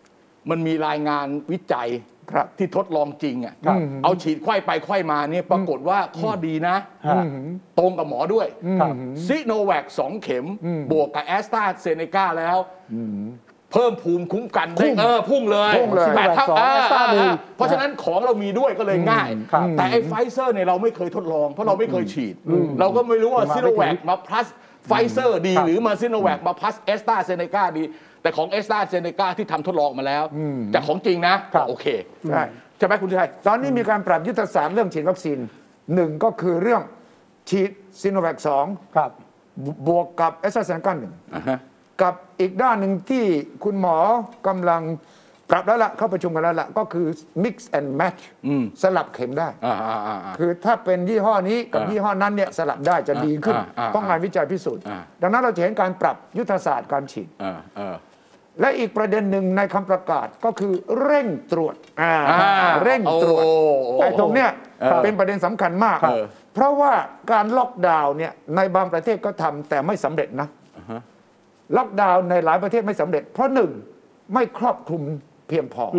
มันมีรายงานวิจัยที่ทดลองจริงอ่ะเอาฉีดไข้ไปไข้มาเนี่ยปรากฏว่าข้อดีนะตรงกับหมอด้วยซิโนแวค2 เข็มบวกกับแอสตราเซเนกาแล้วเพิ่มภูมิคุ้มกันได้พุ่งเลย8 เท่าเพราะฉะนั้นของเรามีด้วยก็เลยง่ายแต่ไอ้ไฟเซอร์เนี่ยเราไม่เคยทดลองเพราะเราไม่เคยฉีดเราก็ไม่รู้ว่าซิโนแวคมาพลัสไฟเซอร์ดีหรือมาซิโนแวคมาพลัสแอสตราเซเนกาดีแต่ของแอสตราเซเนกาที่ทำทดลองมาแล้วจากของจริงนะโอเคใช่ไหมคุณชัยตอนนี้มีการปรับยุทธศาสตร์เรื่องฉีดวัคซีน1ก็คือเรื่องฉีดซิโนแวค2บวกกับแอสตราเซเนกา1กับอีกด้านหนึ่งที่คุณหมอกำลังปรับแล้วล่ะเข้าประชุมกันแล้วล่ะก็คือ mix and match สลับเข็มได้คือถ้าเป็นยี่ห้อนี้กับยี่ห้อนั้นเนี่ยสลับได้จะดีขึ้นต้องงานวิจัยพิสูจน์ดังนั้นเราจะเห็นการปรับยุทธศาสตร์การฉีดและอีกประเด็นหนึ่งในคำประกาศก็คือเร่งตรวจเร่งตรวจไอ้ตรงเนี้ยเป็นประเด็นสำคัญมากเพราะว่าการล็อกดาวน์เนี่ยในบางประเทศก็ทำแต่ไม่สำเร็จนะล็อกดาวน์ในหลายประเทศไม่สำเร็จเพราะ1ไม่ครอบคลุมเพียงพอ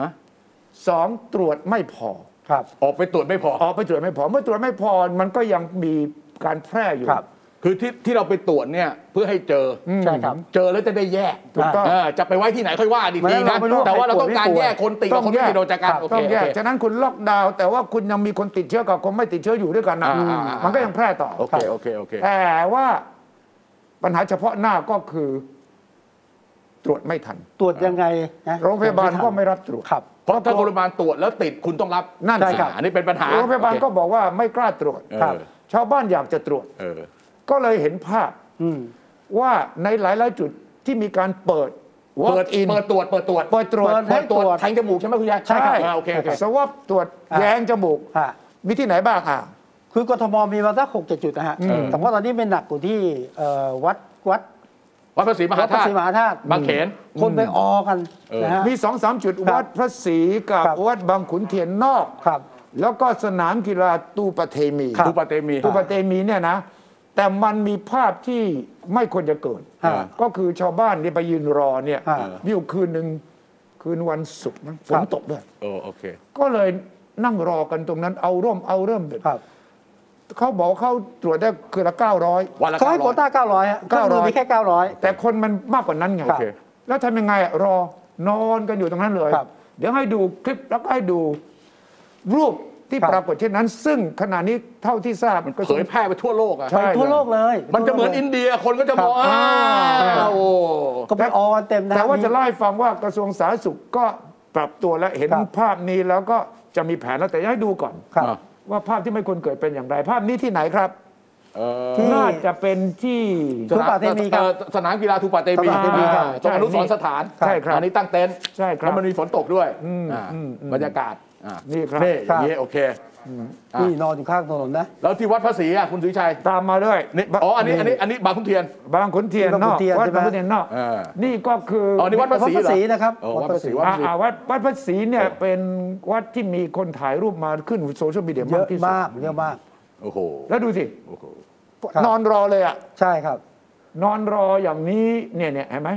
2ตรวจไม่พอออกไปตรวจไม่พอเมื่อตรวจไม่พอมันก็ยังมีการแพร่อยู่คือที่เราไปตรวจเนี่ยเพื่อให้เจอใช่ครับเจอแล้วจะได้แยกถูกต้องจะไปไว้ที่ไหนค่อยว่าดีทีนะแต่ว่าเราต้องการแยกคนติดกับคนไม่ติดโดยจากการต้องแยกฉะนั้นคุณล็อกดาวน์แต่ว่าคุณยังมีคนติดเชื้อกับคนไม่ติดเชื้ออยู่ด้วยกันนะมันก็ยังแพร่ต่อโอเคแต่ว่าปัญหาเฉพาะหน้าก็คือตรวจไม่ทันตรวจยังไงโรงพยาบาลก็ไม่รับตรวจเพราะถ้าโรงพยาบาลตรวจแล้วติดคุณต้องรับนั่นสิอันนี้เป็นปัญหาโรงพยาบาลก็บอกว่าไม่กล้าตรวจชาวบ้านอยากจะตรวจก็เลยเห็นภาพว่าในหลายๆจุดที่มีการเปิดตรวจทางจมูกใช่ไหมคุณยายใช่โอเคสวอปตรวจแยงจมูกมีที่ไหนบ้างคือกทมมีมาสัก6-7 จุดนะฮะแต่ว่าตอนนี้เป็นหนักอยู่ที่วัดพระศรีมหาธาตุบางเขนคนไปออกันนะฮะมี 2-3 จุดวัดพระศรีกับวัดบางขุนเทียนนอกแล้วก็สนามกีฬาตูปะเตมีเนี่ยนะแต่มันมีภาพที่ไม่ควรจะเกิดก็คือชาวบ้านนี่ไปยืนรอเนี่ยมีอยู่คืนวันศุกร์ฝนตกด้วยโอเคก็เลยนั่งรอกันตรงนั้นเอาร่มเขาบอกเขาตรวจได้คืนละ900 วันละเขาให้โควต้า900ฮะ900มีแค่900 แต่คนมันมากกว่านั้นไงแล้วทำยังไงรอนอนกันอยู่ตรงนั้นเลยเดี๋ยวให้ดูคลิปแล้วก็ให้ดูรูปที่ปรากฏเช่นนั้นซึ่งขณะนี้เท่าที่ทราบมันเผยแพร่ไปทั่วโลกอ่ะไปทั่วโลกเลยมันจะเหมือนอินเดียคนก็จะมองก็ไปออเต็มนะแต่ว่าจะเล่าให้ฟังว่ากระทรวงสาธารณสุขก็ปรับตัวและเห็นภาพนี้แล้วก็จะมีแผนแล้วแต่ให้ดูก่อนว่าภาพที่ไม่ควรเกิดเป็นอย่างไรภาพนี้ที่ไหนครับน่าจะเป็นที่ทูปะเตมีครับสนามกีฬาทูปะเตมีตรงอนุสรณ์สถานใช่ครับอันนี้ตั้งเต็นท์ใช่ครับแล้วมันมีฝนตกด้วยบรรยากาศนี่ครับอย่างนี้โอเคนี่นอนอยู่ข้างถนนนะแล้วที่วัดพระศรีคุณสุวิชัยตามมาด้วยอันนี้บางขุนเทียนนอกวัดบางขุนเทียนนอกนี่ก็คือนี่วัดพระศรีนะครับวัดพระศรีวัดพระศรีเนี่ยเป็นวัดที่มีคนถ่ายรูปมาขึ้นโซเชียลมีเดียมากที่สุดเยอะมากโอ้โหแล้วดูสินอนรอเลยใช่ครับนอนรออย่างนี้เนี่ยเห็นไหม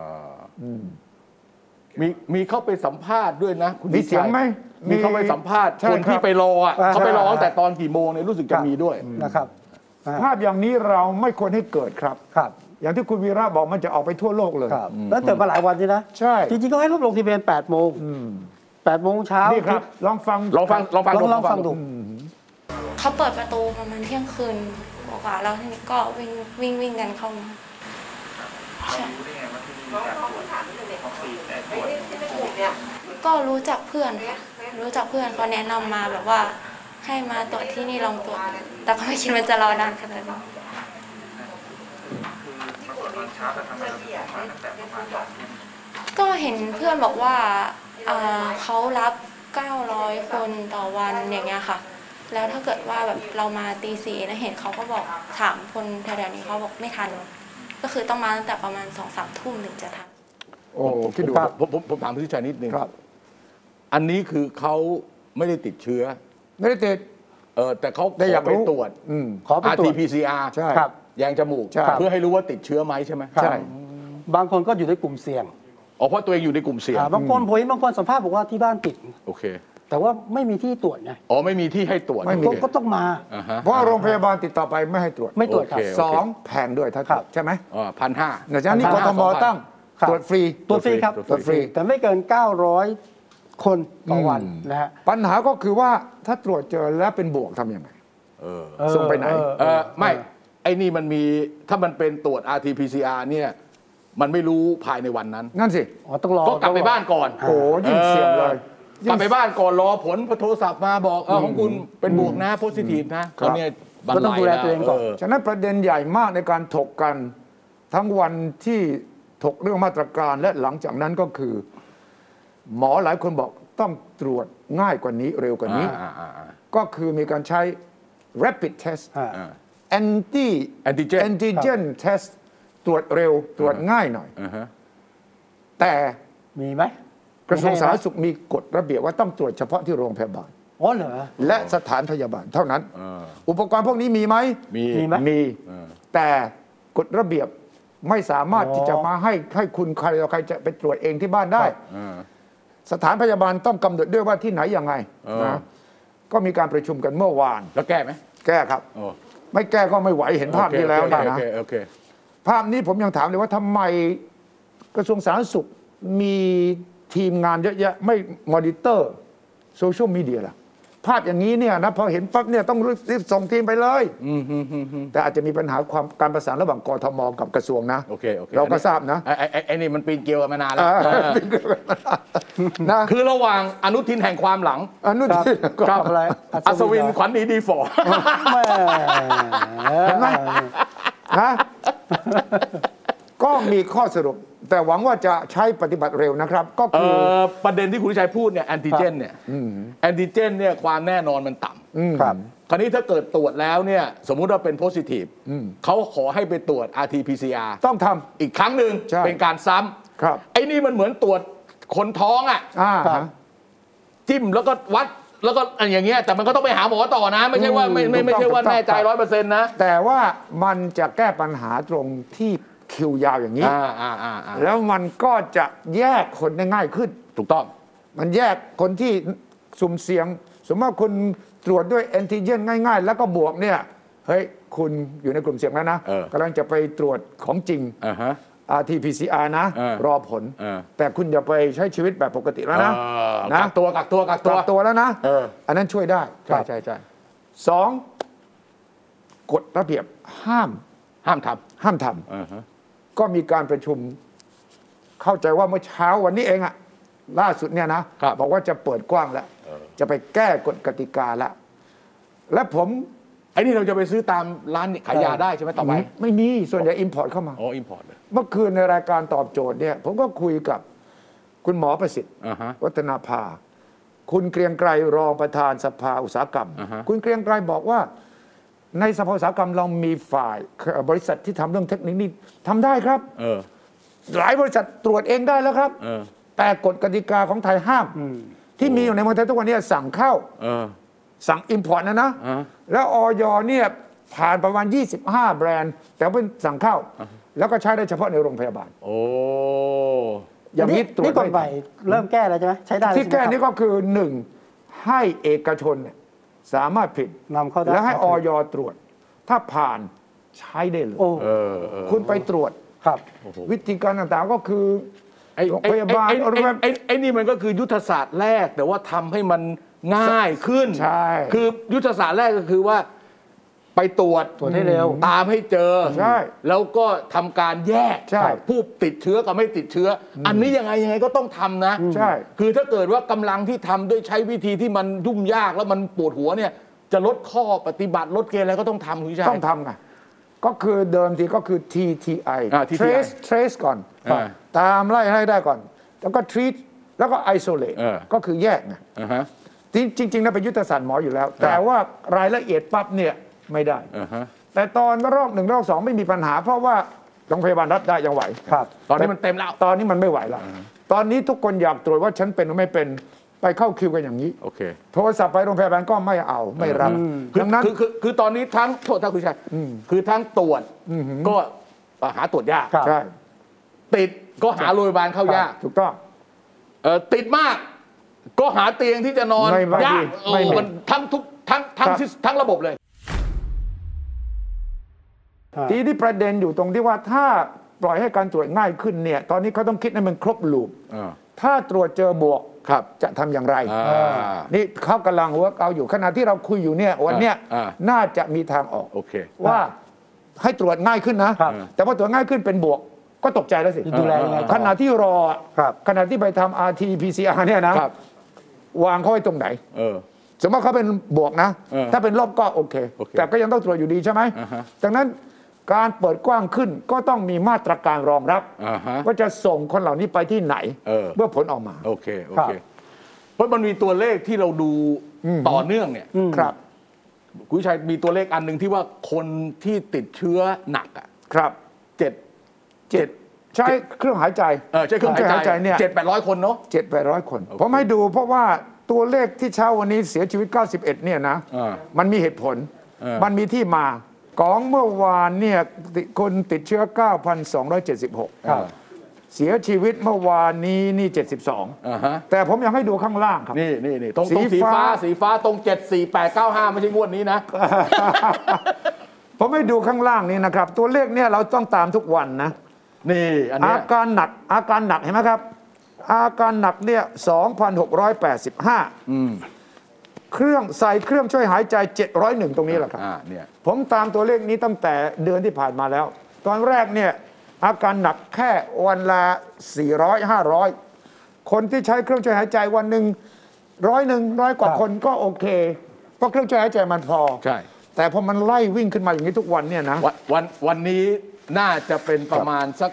มีเข้าไปสัมภาษณ์ด้วยนะมีเสียงไหมมีเข้าไปสัมภาษณ์คนที่ไปรอเขาไปรอตั้งแต่ตอนกี่โมงเนี่ยรู้สึกจะมีด้วยนะครับภาพอย่างนี้เราไม่ควรให้เกิดครับอย่างที่คุณวีระบอกมันจะออกไปทั่วโลกเลยแล้วเกิดมาหลายวันใช่ไหมใช่จริงๆก็ให้ลงทะเบียน8 โมง8 โมงเช้านี่ครับลองฟังดูเขาเปิดประตูประมาณเที่ยงคืนกว่าแล้วทีนี้ก็วิ่งกันเข้ามาก็รู้จักเพื่อนค่ะเขาแนะนำมาแบบว่าให้มาตรวจที่นี่ลองตรวจแต่ก็ไม่คิดว่าจะรอนานขนาดนี้ก็เห็นเพื่อนบอกว่าเขารับ900 คนต่อวันอย่างเงี้ยค่ะแล้วถ้าเกิดว่าแบบเรามาตี 4นะเห็นเขาก็บอกถามคนแถวๆนี้เขาบอกไม่ทันก็คือต้องมาตั้งแต่ประมาณ 2-3 ทุ่มถึงจะทันคิดดูผมถามพี่ชัยนิดนึงอันนี้คือเขาไม่ได้ติดเชื้อไม่ได้ติดแต่เขาไปตรวจRT-PCR ใช่แยงจมูกเพื่อให้รู้ว่าติดเชื้อไหมใช่ไหมใช่บางคนก็อยู่ในกลุ่มเสี่ยงอ๋อเพราะตัวเองอยู่ในกลุ่มเสี่ยงบางคนผมเห็นบางคนสัมภาษณ์บอกว่าที่บ้านติดโอเคแต่ว่าไม่มีที่ตรวจไงอ๋อไม่มีที่ให้ตรวจก็ต้องมาเพราะโรงพยาบาลติดต่อไปไม่ให้ตรวจไม่ตรวจครับ 2แพงด้วยถ้าตรวจใช่ไหม 1,500 ดังนั้นนี่กทมตั้งตรวจฟรีครับตรวจฟรีแต่ไม่เกิน900คนต่อวันนะฮะปัญหาก็คือว่าถ้าตรวจเจอแล้วเป็นบวกทำยังไงส่งไปไหนไม่ไอ้นี่มันมีถ้ามันเป็นตรวจ RT-PCR เนี่ยมันไม่รู้ภายในวันนั้นนั่นสิต้องรอก็กลับไปบ้านก่อนโอ้ยิ่งเสี่ยงเลยกลับไปบ้านก่อนรอผลโทรศัพท์มาบอกของคุณเป็นบวกนะโพซิทีฟนะตอนนี้ก็ต้องดูแลตัวเองก่อนฉะนั้นประเด็นใหญ่มากในการถกกันทั้งวันที่ถกเรื่องมาตรการและหลังจากนั้นก็คือหมอหลายคนบอกต้องตรวจง่ายกว่านี้เร็วกว่านี้ก็คือมีการใช้ rapid test antigen test ตรวจเร็วตรวจง่ายหน่อยแต่มีไหมกระทรวงสาธารณสุขมีกฎระเบียบว่าต้องตรวจเฉพาะที่โรงพยาบาลอ๋อเหรอและสถานพยาบาลเท่านั้นอุปกรณ์พวกนี้มีไหมมีแต่กฎระเบียบไม่สามารถที่จะมาให้คุณใครจะไปตรวจเองที่บ้านได้สถานพยาบาลต้องกำหนดด้วยว่าที่ไหนยังไงนะก็มีการประชุมกันเมื่อวานแล้วแก้ไหมแก้ครับไม่แก้ก็ไม่ไหวเห็นภาพนี้แล้วนะภาพนี้ผมยังถามเลยว่าทำไมกระทรวงสาธารณสุขมีทีมงานเยอะแยะไม่มอนิเตอร์โซเชียลมีเดียล่ะภาพอย่างนี้เนี่ยนะพอเห็นปั๊บเนี่ยต้องรีบส่งทีมไปเลยแต่อาจจะมีปัญหาการประสานระหว่างกทมกับกระทรวงนะเราก็ทราบนะไอ้นี่มันปีนเกลียวกันมานานแล้วนะคือระหว่างอนุทินแห่งความหลังอนุทินกับอะไรอัศวินขวัญดีฝ่อเห็นไหมฮะก็มีข้อสรุปแต่หวังว่าจะใช้ปฏิบัติเร็วนะครับก็คือประเด็นที่คุณชัยพูดเนี่ยแอนติเจนเนี่ยแอนติเจนเนี่ยความแน่นอนมันต่ำครับคราวนี้ถ้าเกิดตรวจแล้วเนี่ยสมมุติว่าเป็นโพซิทีฟเขาขอให้ไปตรวจ RT-PCR ต้องทำอีกครั้งหนึ่งเป็นการซ้ำครับไอ้นี่มันเหมือนตรวจคนท้องจิ้มแล้วก็วัดแล้วก็อย่างเงี้ยแต่มันก็ต้องไปหาหมอต่อนะไม่ใช่ว่าไม่ใช่ว่าแน่ใจ 100% นะแต่ว่ามันจะแก้ปัญหาตรงที่คิวยาวอย่างนี้แล้วมันก็จะแยกคนได้ง่ายขึ้นถูกต้องมันแยกคนที่สุ่มเสี่ยงสมมติว่าคุณตรวจด้วยแอนติเจนง่ายๆแล้วก็บวกเนี่ยเฮ้ยคุณอยู่ในกลุ่มเสี่ยงแล้วนะกำลังจะไปตรวจของจริงRT-PCR นะรอผลแต่คุณอย่าไปใช้ชีวิตแบบปกติแล้วนะกักตัวแล้วนะอันนั้นช่วยได้ใช่ 2กฎระเบียบห้ามทำก็มีการประชุมเข้าใจว่าเมื่อเช้าวันนี้เองอะล่าสุดเนี่ยนะบอกว่าจะเปิดกว้างแล้วจะไปแก้กฎกติกาแล้วและผมไอ้นี่เราจะไปซื้อตามร้านขายยาได้ใช่ไหมต่อไปไม่มีส่วนใหญ่อิมพอร์ตเข้ามาอิมพอร์ตเลยเมื่อคืนในรายการตอบโจทย์เนี่ยผมก็คุยกับคุณหมอประสิทธิ์วัฒนาภาคุณเกรียงไกรรองประธานสภาอุตสาหกรรมคุณเกรียงไกรบอกว่าในสภาอุตสาหกรรมเรามีฝ่ายบริษัทที่ทำเรื่องเทคนิคนี้ทำได้ครับหลายบริษัทตรวจเองได้แล้วครับแต่กฎกติกาของไทยห้ามที่มีอยู่ในเมืองไทยทุกวันนี้สั่งเข้าสั่งอิมพอร์ตนะแล้วอย.เนี่ยผ่านประมาณ25แบรนด์แต่เป็นสั่งเข้าแล้วก็ใช้ได้เฉพาะในโรงพยาบาลอย่างนี้ตรวจก่อนไปเริ่มแก้แล้วใช่ไหมใช้ได้ที่แก้นี้ก็คือ1ให้เอกชนสามารถผิดนำเข้าได้แล้วให้อย.ตรวจถ้าผ่านใช้ได้เลยคุณไปตรวจครับวิธีการต่างๆก็คือโรงพยาบาลไอ้นี่มันก็คือยุทธศาสตร์แรกแต่ว่าทำให้มันง่ายขึ้นใช่คือยุทธศาสตร์แรกก็คือว่าไปตรวจให้เร็วตามให้เจอใช่แล้วก็ทำการแยกผู้ติดเชื้อกับไม่ติดเชื้ออันนี้ยังไงก็ต้องทำนะใช่คือถ้าเกิดว่ากำลังที่ทำด้วยใช้วิธีที่มันยุ่งยากแล้วมันปวดหัวเนี่ยจะลดข้อปฏิบัติลดเกณฑ์อะไรก็ต้องทำคุณชัยต้องทำไงก็คือเดิมทีก็คือ TTI trace ก่อนตามไล่ให้ได้ก่อนแล้วก็ treat แล้วก็ isolate ก็คือแยกไงจริงๆนะเป็นยุทธศาสตร์หมออยู่แล้วแต่ว่ารายละเอียดปั๊บเนี่ยไม่ได้แต่ตอนรอบ1รอบ2ไม่มีปัญหาเพราะว่าโรงพยาบาลรับได้ยังไหวตอนนี้มันเต็มแล้วตอนนี้มันไม่ไหวแล้วตอนนี้ทุกคนอยากตรวจว่าฉันเป็นหรือไม่เป็นไปเข้าคิวกันอย่างนี้โทรศัพท์ไปโรงพยาบาลก็ไม่เอาไม่รับดังนั้นคือตอนนี้ทั้งโทษท่านคุณชัยคือทั้งตรวจก็หาตรวจยากใช่ติดก็หาโรงพยาบาลเข้ายากถูกต้องติดมากก็หาเตียงที่จะนอนยากมันทั้งระบบเลยทีนี้ประเด็นอยู่ตรงที่ว่าถ้าปล่อยให้การตรวจง่ายขึ้นเนี่ยตอนนี้เขาต้องคิดให้มันครบลูปถ้าตรวจเจอบวกจะทำอย่างไรนี่เขากำลังเวิร์กเอาอยู่ขณะที่เราคุยอยู่เนี่ยวันเนี้ยน่าจะมีทางออกว่าให้ตรวจง่ายขึ้นนะแต่พอตรวจง่ายขึ้นเป็นบวกก็ตกใจแล้วสิดูแลยังไงขณะที่รอขณะที่ไปทำ RT PCR เนี่ยนะวางเขาไว้ตรงไหนสมมติเขาเป็นบวกนะถ้าเป็นลบก็โอเคแต่ก็ยังต้องตรวจอยู่ดีใช่ไหมดังนั้นการเปิดกว้างขึ้นก็ต้องมีมาตรการรองรับว่าจะส่งคนเหล่านี้ไปที่ไหนเมื่อผลออกมาโอเคเพราะมันมีตัวเลขที่เราดูต่อเนื่องเนี่ยครับคุณชัยมีตัวเลขอันหนึ่งที่ว่าคนที่ติดเชื้อหนักอ่ะครับ7ใช้เครื่องหายใจใช้เครื่องหายใจเนี่ย700-800 คนเนาะ 700-800 คนผมให้ดูเพราะว่าตัวเลขที่เช้าวันนี้เสียชีวิต91เนี่ยนะมันมีเหตุผลมันมีที่มาของเมื่อวานเนี่ยคนติดเชื้อ 9,276 เสียชีวิตเมื่อวานนี้นี่72แต่ผมอยากให้ดูข้างล่างครับนี่ตรงสีฟ้าตรง74895ไม่ใช่งวดนี้นะผมให้ดูข้างล่างนี้นะครับตัวเลขเนี่ยเราต้องตามทุกวันนะนี่อันนี้อาการหนักเห็นไหมครับอาการหนักเนี่ย 2,685 ใส่เครื่องช่วยหายใจ701ตรงนี้แหละครับเนี่ยผมตามตัวเลขนี้ตั้งแต่เดือนที่ผ่านมาแล้วตอนแรกเนี่ยอาการหนักแค่วันละ400-500คนที่ใช้เครื่องช่วยหายใจวันหนึ่ง100กว่าคนก็โอเคเพราะเครื่องช่วยหายใจมันพอใช่แต่พอมันไล่วิ่งขึ้นมาอย่างนี้ทุกวันเนี่ยนะวันนี้น่าจะเป็นประมาณสัก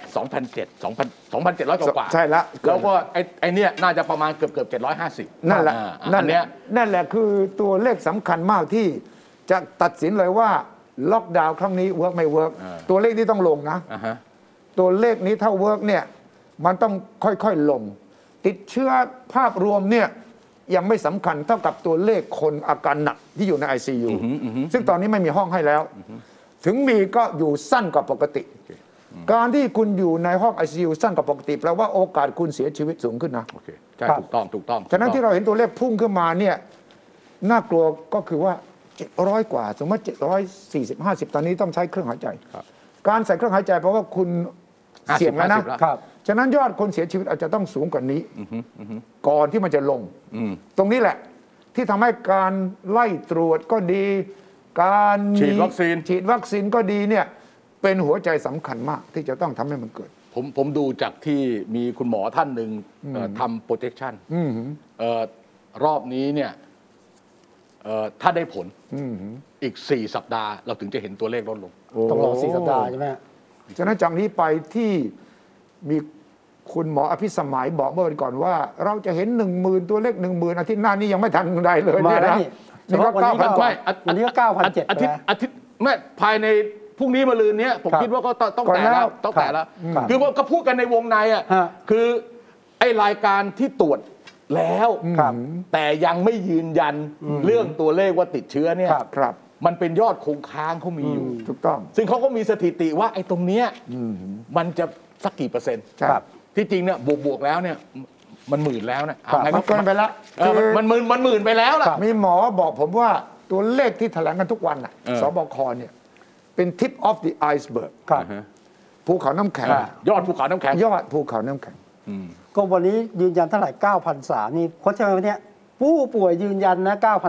2,700 กว่าใช่แล้วแล้วก็ไอ้เนี่ยน่าจะประมาณเกือบ750 นั่นแหละนั่นแหละคือตัวเลขสำคัญมากที่จะตัดสินเลยว่าล็อกดาวน์ครั้งนี้เวิร์กไม่เวิร์กตัวเลขนี้ต้องลงนะตัวเลขนี้ถ้าเวิร์กเนี่ยมันต้องค่อยๆลงติดเชื้อภาพรวมเนี่ยยังไม่สำคัญเท่ากับตัวเลขคนอาการหนักที่อยู่ใน ICU ซึ่งตอนนี้ไม่มีห้องให้แล้วถึงมีก็อยู่สั้นกว่าปกติการที่คุณอยู่ในห้อง ICU สั้นกว่าปกติแปลว่าโอกาสคุณเสียชีวิตสูงขึ้นนะใช่ถูกต้องฉะนั้นที่เราเห็นตัวเลขพุ่งขึ้นมาเนี่ยน่ากลัวก็คือว่า700กว่าสมมติ740-50ตอนนี้ต้องใช้เครื่องหายใจการใส่เครื่องหายใจเพราะว่าคุณเสี่ยงแล้วนะฉะนั้นยอดคนเสียชีวิตอาจจะต้องสูงกว่านี้ก่อนที่มันจะลงตรงนี้แหละที่ทำให้การไล่ตรวจก็ดีการฉีดวัคซีนก็ดีเนี่ยเป็นหัวใจสำคัญมากที่จะต้องทำให้มันเกิดผมดูจากที่มีคุณหมอท่านหนึ่งทำ projection รอบนี้เนี่ยถ้าได้ผลอีก4 สัปดาห์เราถึงจะเห็นตัวเลขลดลงต้องรอ4 สัปดาห์ใช่ไหมฉะนั้นจากนี้ไปที่มีคุณหมออภิสมัยบอกเมื่อวันก่อนว่าเราจะเห็น 10,000 ตัวเลข 10,000 อาทิตย์หน้านี้ยังไม่ทันใดเลยเนี่ยนะนี่ก็ 9,000 กว่าวันนี้ก็ 9,700 อาทิตย์ไม่ภายในพรุ่งนี้มะรืนนี้ผมคิดว่าก็ต้องแต่แล้วคือว่าก็พูดกันในวงในอ่ะคือไอ้รายการที่ตรวจแล้วแต่ยังไม่ยืนยันเรื่องตัวเลขว่าติดเชื้อเนี่ยมันเป็นยอดคงค้างเขามีอยู่ถูกต้องซึ่งเขาก็มีสถิติว่าไอ้ตรงเนี้ยมันจะสักกี่เปอร์เซ็นต์ที่จริงเนี่ยบวกแล้วเนี่ยมันหมื่นแล้วนะมันเกินไปแล้วมันหมื่นไปแล้วล่ะมีหมอบอกผมว่าตัวเลขที่แถลงกันทุกวันน่ะสบคเนี่ยเป็น tip of the iceberg ภูเขาน้ำแข็งยอดภูเขาน้ำแข็งก็วันนี้ยืนยันเท่าไหร่ 9,300 นี่คนใช่ไหมเนี่ยผู้ป่วยยืนยันนะ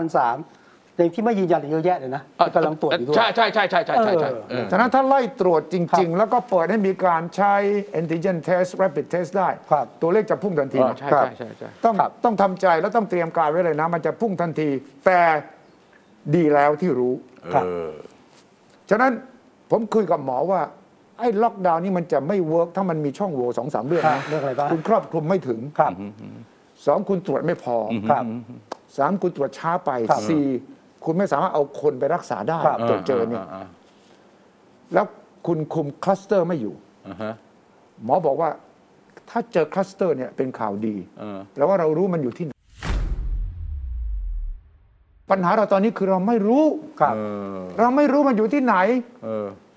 9,300 แต่ที่ไม่ยืนยันเยอะแยะเลยนะกำลังตรวจอยู่ด้วยใช่ฉะนั้นถ้าไล่ตรวจจริงๆแล้วก็เปิดให้มีการใช้ antigen test rapid test ได้ตัวเลขจะพุ่งทันทีใช่ต้องทำใจแล้วต้องเตรียมการไว้เลยนะมันจะพุ่งทันทีแต่ดีแล้วที่รู้ฉะนั้นผมคุยกับหมอว่าไอ้ล็อกดาวน์นี่มันจะไม่เวิร์กถ้ามันมีช่องโหว่ 2-3 เรื่องนะคุณครอบคลุมไม่ถึง2คุณตรวจไม่พอ3คุณตรวจช้าไป4คุณไม่สามารถเอาคนไปรักษาได้เจอเนี่ยแล้วคุณคุมคลัสเตอร์ไม่อยู่หมอบอกว่าถ้าเจอคลัสเตอร์เนี่ยเป็นข่าวดีแล้วว่าเรารู้มันอยู่ที่ไหนปัญหาเราตอนนี้คือเราไม่รู้มันอยู่ที่ไหน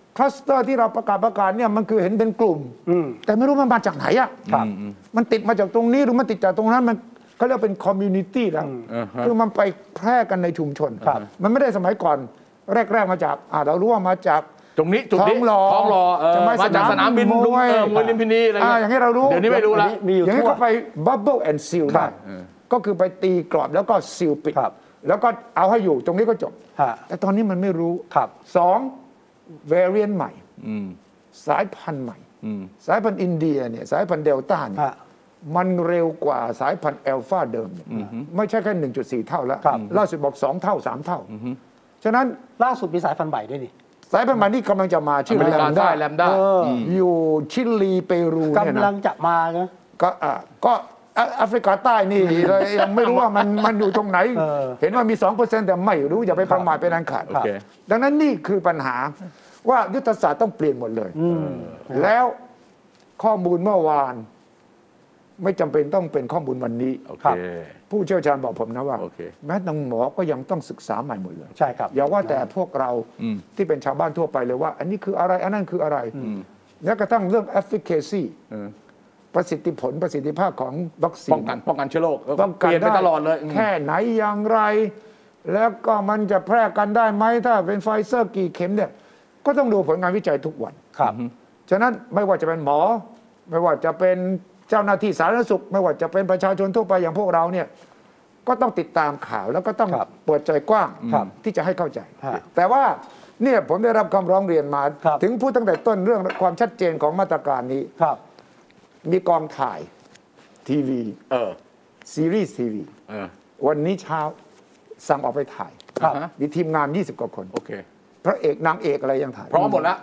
คลัสเตอร์ที่เราประกาศเนี่ยมันคือเห็นเป็นกลุ่มแต่ไม่รู้มันมาจากไหนอ่ะมันติดมาจากตรงนี้หรือมันติดจากตรงนั้นมันเขาเรียกเป็นคอมมูนิตี้แล้วคือมันไปแพร่กันในชุมชนมันไม่ได้สมัยก่อนแรกๆมาจากเรารู้ว่ามาจากตรงนี้จุดนี้ท้องรอมาจากสนามบินมวยลุมพินีอะไรอย่างนี้เรารู้เดี๋ยวนี้ไม่รู้ละอย่างนี้ก็ไปบับเบิ้ลแอนด์ซีลได้ก็คือไปตีกรอบแล้วก็ซีลปิดแล้วก็เอาให้อยู่ตรงนี้ก็จบแต่ตอนนี้มันไม่รู้2 variant ใหม่สายพันธุ์ใหม่สายพันธุ์อินเดียเนี่ยสายพันธุ์เดลต้าเนี่ยมันเร็วกว่าสายพันธุ์แอลฟาเดิมไม่ใช่แค่ 1.4 เท่าแล้วล่าสุดบอก2 เท่า 3 เท่าฉะนั้นล่าสุดมีสายพันธุ์ใหม่ด้วยนี่สายพันธุ์ใหม่ที่กำลังจะมาชื่อแลมด้าอยู่ชิลีเปรูกำลังจะมานะก็แอฟริกาใต้นี่เลยยังไม่รู้ว่ามันอยู่ตรงไหนเห็นว่ามี 2% แต่ไม่รู้อย่าไปประมาทเป็นอันขาดดังนั้นนี่คือปัญหาว่ายุทธศาสตร์ต้องเปลี่ยนหมดเลยแล้วข้อมูลเมื่อวานไม่จำเป็นต้องเป็นข้อมูลวันนี้ผู้เชี่ยวชาญบอกผมนะว่าแม้ทางหมอก็ยังต้องศึกษาใหม่หมดเลยใช่ครับอย่าว่าแต่พวกเราที่เป็นชาวบ้านทั่วไปเลยว่าอันนี้คืออะไรอันนั้นคืออะไรแม้กระทั่งเรื่อง efficacy ประสิทธิภาพของวัคซีนป้องกันเชื้อโรคเปลี่ยนไปตลอดเลยแค่ไหนอย่างไรแล้วก็มันจะแพร่กันได้ไหมถ้าเป็นไฟเซอร์กี่เข็มเนี่ยก็ต้องดูผลงานวิจัยทุกวันฉะนั้นไม่ว่าจะเป็นหมอไม่ว่าจะเป็นเจ้าหน้าที่สาธารณสุขไม่ว่าจะเป็นประชาชนทั่วไปอย่างพวกเราเนี่ยก็ต้องติดตามข่าวแล้วก็ต้องเปิดใจกว้างที่จะให้เข้าใจแต่ว่าเนี่ยผมได้รับคำร้องเรียนมาถึงพูดตั้งแต่ต้นเรื่องความชัดเจนของมาตรการนี้มีกองถ่ายทีวีซีรีส์ทีวีวันนี้เช้าสั่งออกไปถ่ายมีทีมงาน20 กว่าคนพระเอกนางเอกอะไรยังถ่ายพร้อมหมดแล้ว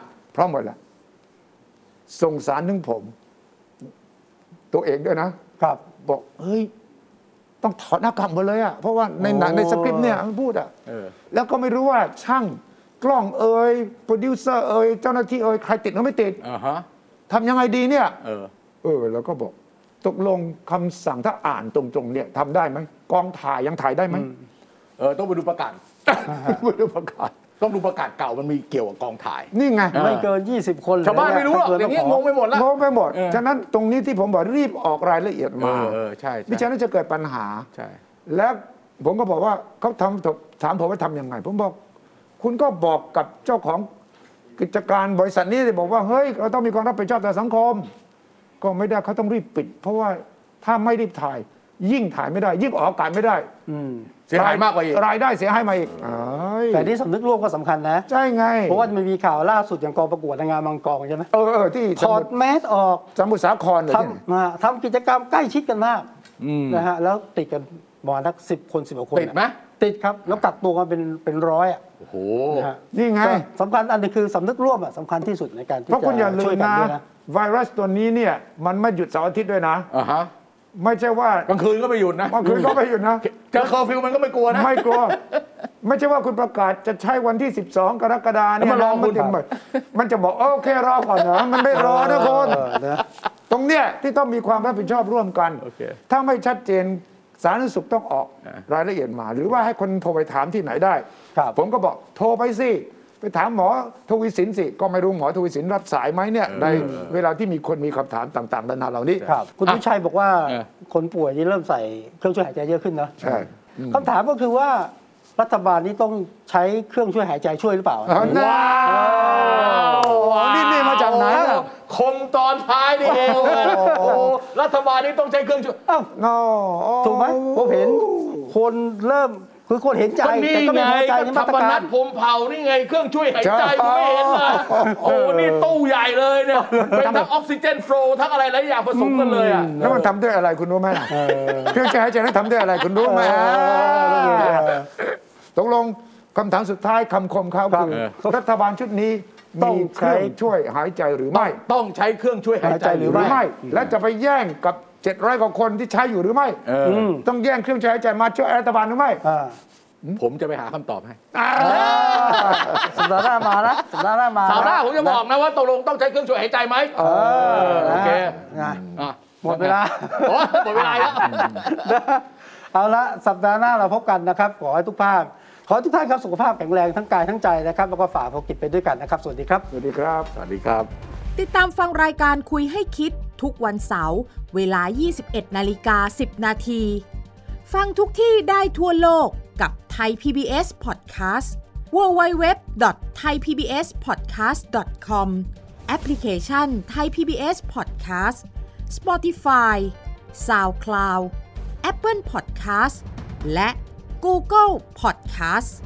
ส่งสารถึงผมตัวเองด้วยนะครับบอกเฮ้ยต้องถอดหน้ากากหมดเลยอ่ะเพราะว่าในหนังในสคริปต์เนี่ยมันพูดอ่ะแล้วก็ไม่รู้ว่าช่างกล้องโปรดิวเซอร์เจ้าหน้าที่ใครติดหรือไม่ติดทำยังไงดีเนี่ยแล้วก็บอกตกลงคำสั่งถ้าอ่านตรงๆเนี่ยทำได้ไหมกองถ่ายยังถ่ายได้ไหมต้องไปดูประกาศต้องดูประกาศเก่ามันมีเกี่ยวกับกองถ่ายนี่ไงไม่เกิน20 คนชาวบ้านไม่รู้หรอกอย่างนี้งงไปหมดแล้วงงไปหมดฉะนั้นตรงนี้ที่ผมบอกรีบออกรายละเอียดมาใช่ไม่ฉะนั้นจะเกิดปัญหาแล้วผมก็บอกว่าเขาถามผมว่าทำยังไงผมบอกคุณก็บอกกับเจ้าของกิจการบริษัทนี้บอกว่าเฮ้ยเราต้องมีความรับผิดชอบต่อสังคมก็ไม่ได้เขาต้องรีบปิดเพราะว่าถ้าไม่รีบถ่ายยิ่งถ่ายไม่ได้ยิ่งออกอากาศไม่ได้เสียหายมากกว่าอีกรายได้เสียหายมาอีกแต่นี่สำนึกร่วมก็สำคัญนะใช่ไงเพราะว่ามันมีข่าวล่าสุดอย่างกองประกวดนางงามบางกองใช่ไหมที่ถอดแมสออกสมุทรสาครทำกิจกรรมใกล้ชิดกันมากนะฮะแล้วติดกันประมาณ10 คน10 กว่าคนติดไหมติดครับแล้วกักตัวกันเป็นร้อยโอ้โหนี่ไงสำคัญอันนี้คือสำนึกร่วมสำคัญที่สุดในการที่จะช่วยกันด้วยนะไวรัสตัวนี้เนี่ยมันไม่หยุดเสาร์อาทิตย์ด้วยนะไม่ใช่ว่ากลางคืนก็ไม่หยุดนะกลางคืนก็ไม่หยุดนะเจอเคอร์ฟิวมันก็ไม่กลัวนะไม่กลัวไม่ใช่ว่าคุณประกาศจะใช้วันที่12 กรกฎาคมเนี่ยมันจะบอกโอเครอก่อนนะมันไม่รอนะคนตรงเนี้ยที่ต้องมีความรับผิดชอบร่วมกันถ้าไม่ชัดเจนสาธารณสุขต้องออกรายละเอียดมาหรือว่าให้คนโทรไปถามที่ไหนได้ผมก็บอกโทรไปสิไปถามหมอทวีสินสิก็ไม่รู้หมอทวีสินรับสายไหมเนี่ยในเวลาที่มีคนมีคำถามต่างๆนานาเหล่านี้คุณวิชัยบอกว่าคนป่วยนี่เริ่มใส่เครื่องช่วยหายใจเยอะขึ้นนะใช่คำถามก็คือว่ารัฐบาลนี้ต้องใช้เครื่องช่วยหายใจช่วยหรือเปล่าว้าวนี่มาจากไหนคมตอนท้ายนี่เองรัฐบาลนี้ต้องใช้เครื่องช่วยถูกไหมผมเห็นคนเริ่มคือคนเห็นใจแต่ก็ไม่พอใจในมาตรการพรมเผานี่ไงเครื่องช่วยหายใจผมไม่เห็นเลยนี่ตู้ใหญ่เลยเนี่ยเป็นทั้งออกซิเจนโฟล์ทั้งอะไรหลายอย่างผสมกันเลยแล้วมันทำด้วยอะไรคุณรู้ไหมเครื่องช่วยหายใจนั้นทำด้วยอะไรคุณรู้ไหมตกลงคำถามสุดท้ายคำคมเขาคือรัฐบาลชุดนี้มีเครื่องช่วยหายใจหรือไม่ต้องใช้เครื่องช่วยหายใจหรือไม่และจะไปแย่งกับ700 กว่าคนที่ใช้อยู่หรือไม่ต้องแย่งเครื่องช่วยหายใจมาช่วยรัฐบาลหรือไม่ผมจะไปหาคำตอบให้สัปดาห์หน้ามานะสัปดาห์หน้ามาสัปดาห์ผมจะบอกนะว่าตกลงต้องใช้เครื่องช่วยหายใจไหมโอเคหมดเวลาหมดเวลาแล้วเอาละสัปดาห์หน้าเราพบกันนะครับขอให้ทุกภาคขอทุกท่านครับสุขภาพแข็งแรงทั้งกายทั้งใจนะครับแล้วก็ฝ่าภารกิจไปด้วยกันนะครับสวัสดีครับสวัสดีครับสวัสดีครับติดตามฟังรายการคุยให้คิดทุกวันเสาร์เวลา 21:10 นาทีฟังทุกที่ได้ทั่วโลกกับ Thai PBS Podcast www.thaipbspodcast.com แอปพลิเคชัน Thai PBS Podcast Spotify SoundCloud Apple Podcast และ Google Podcast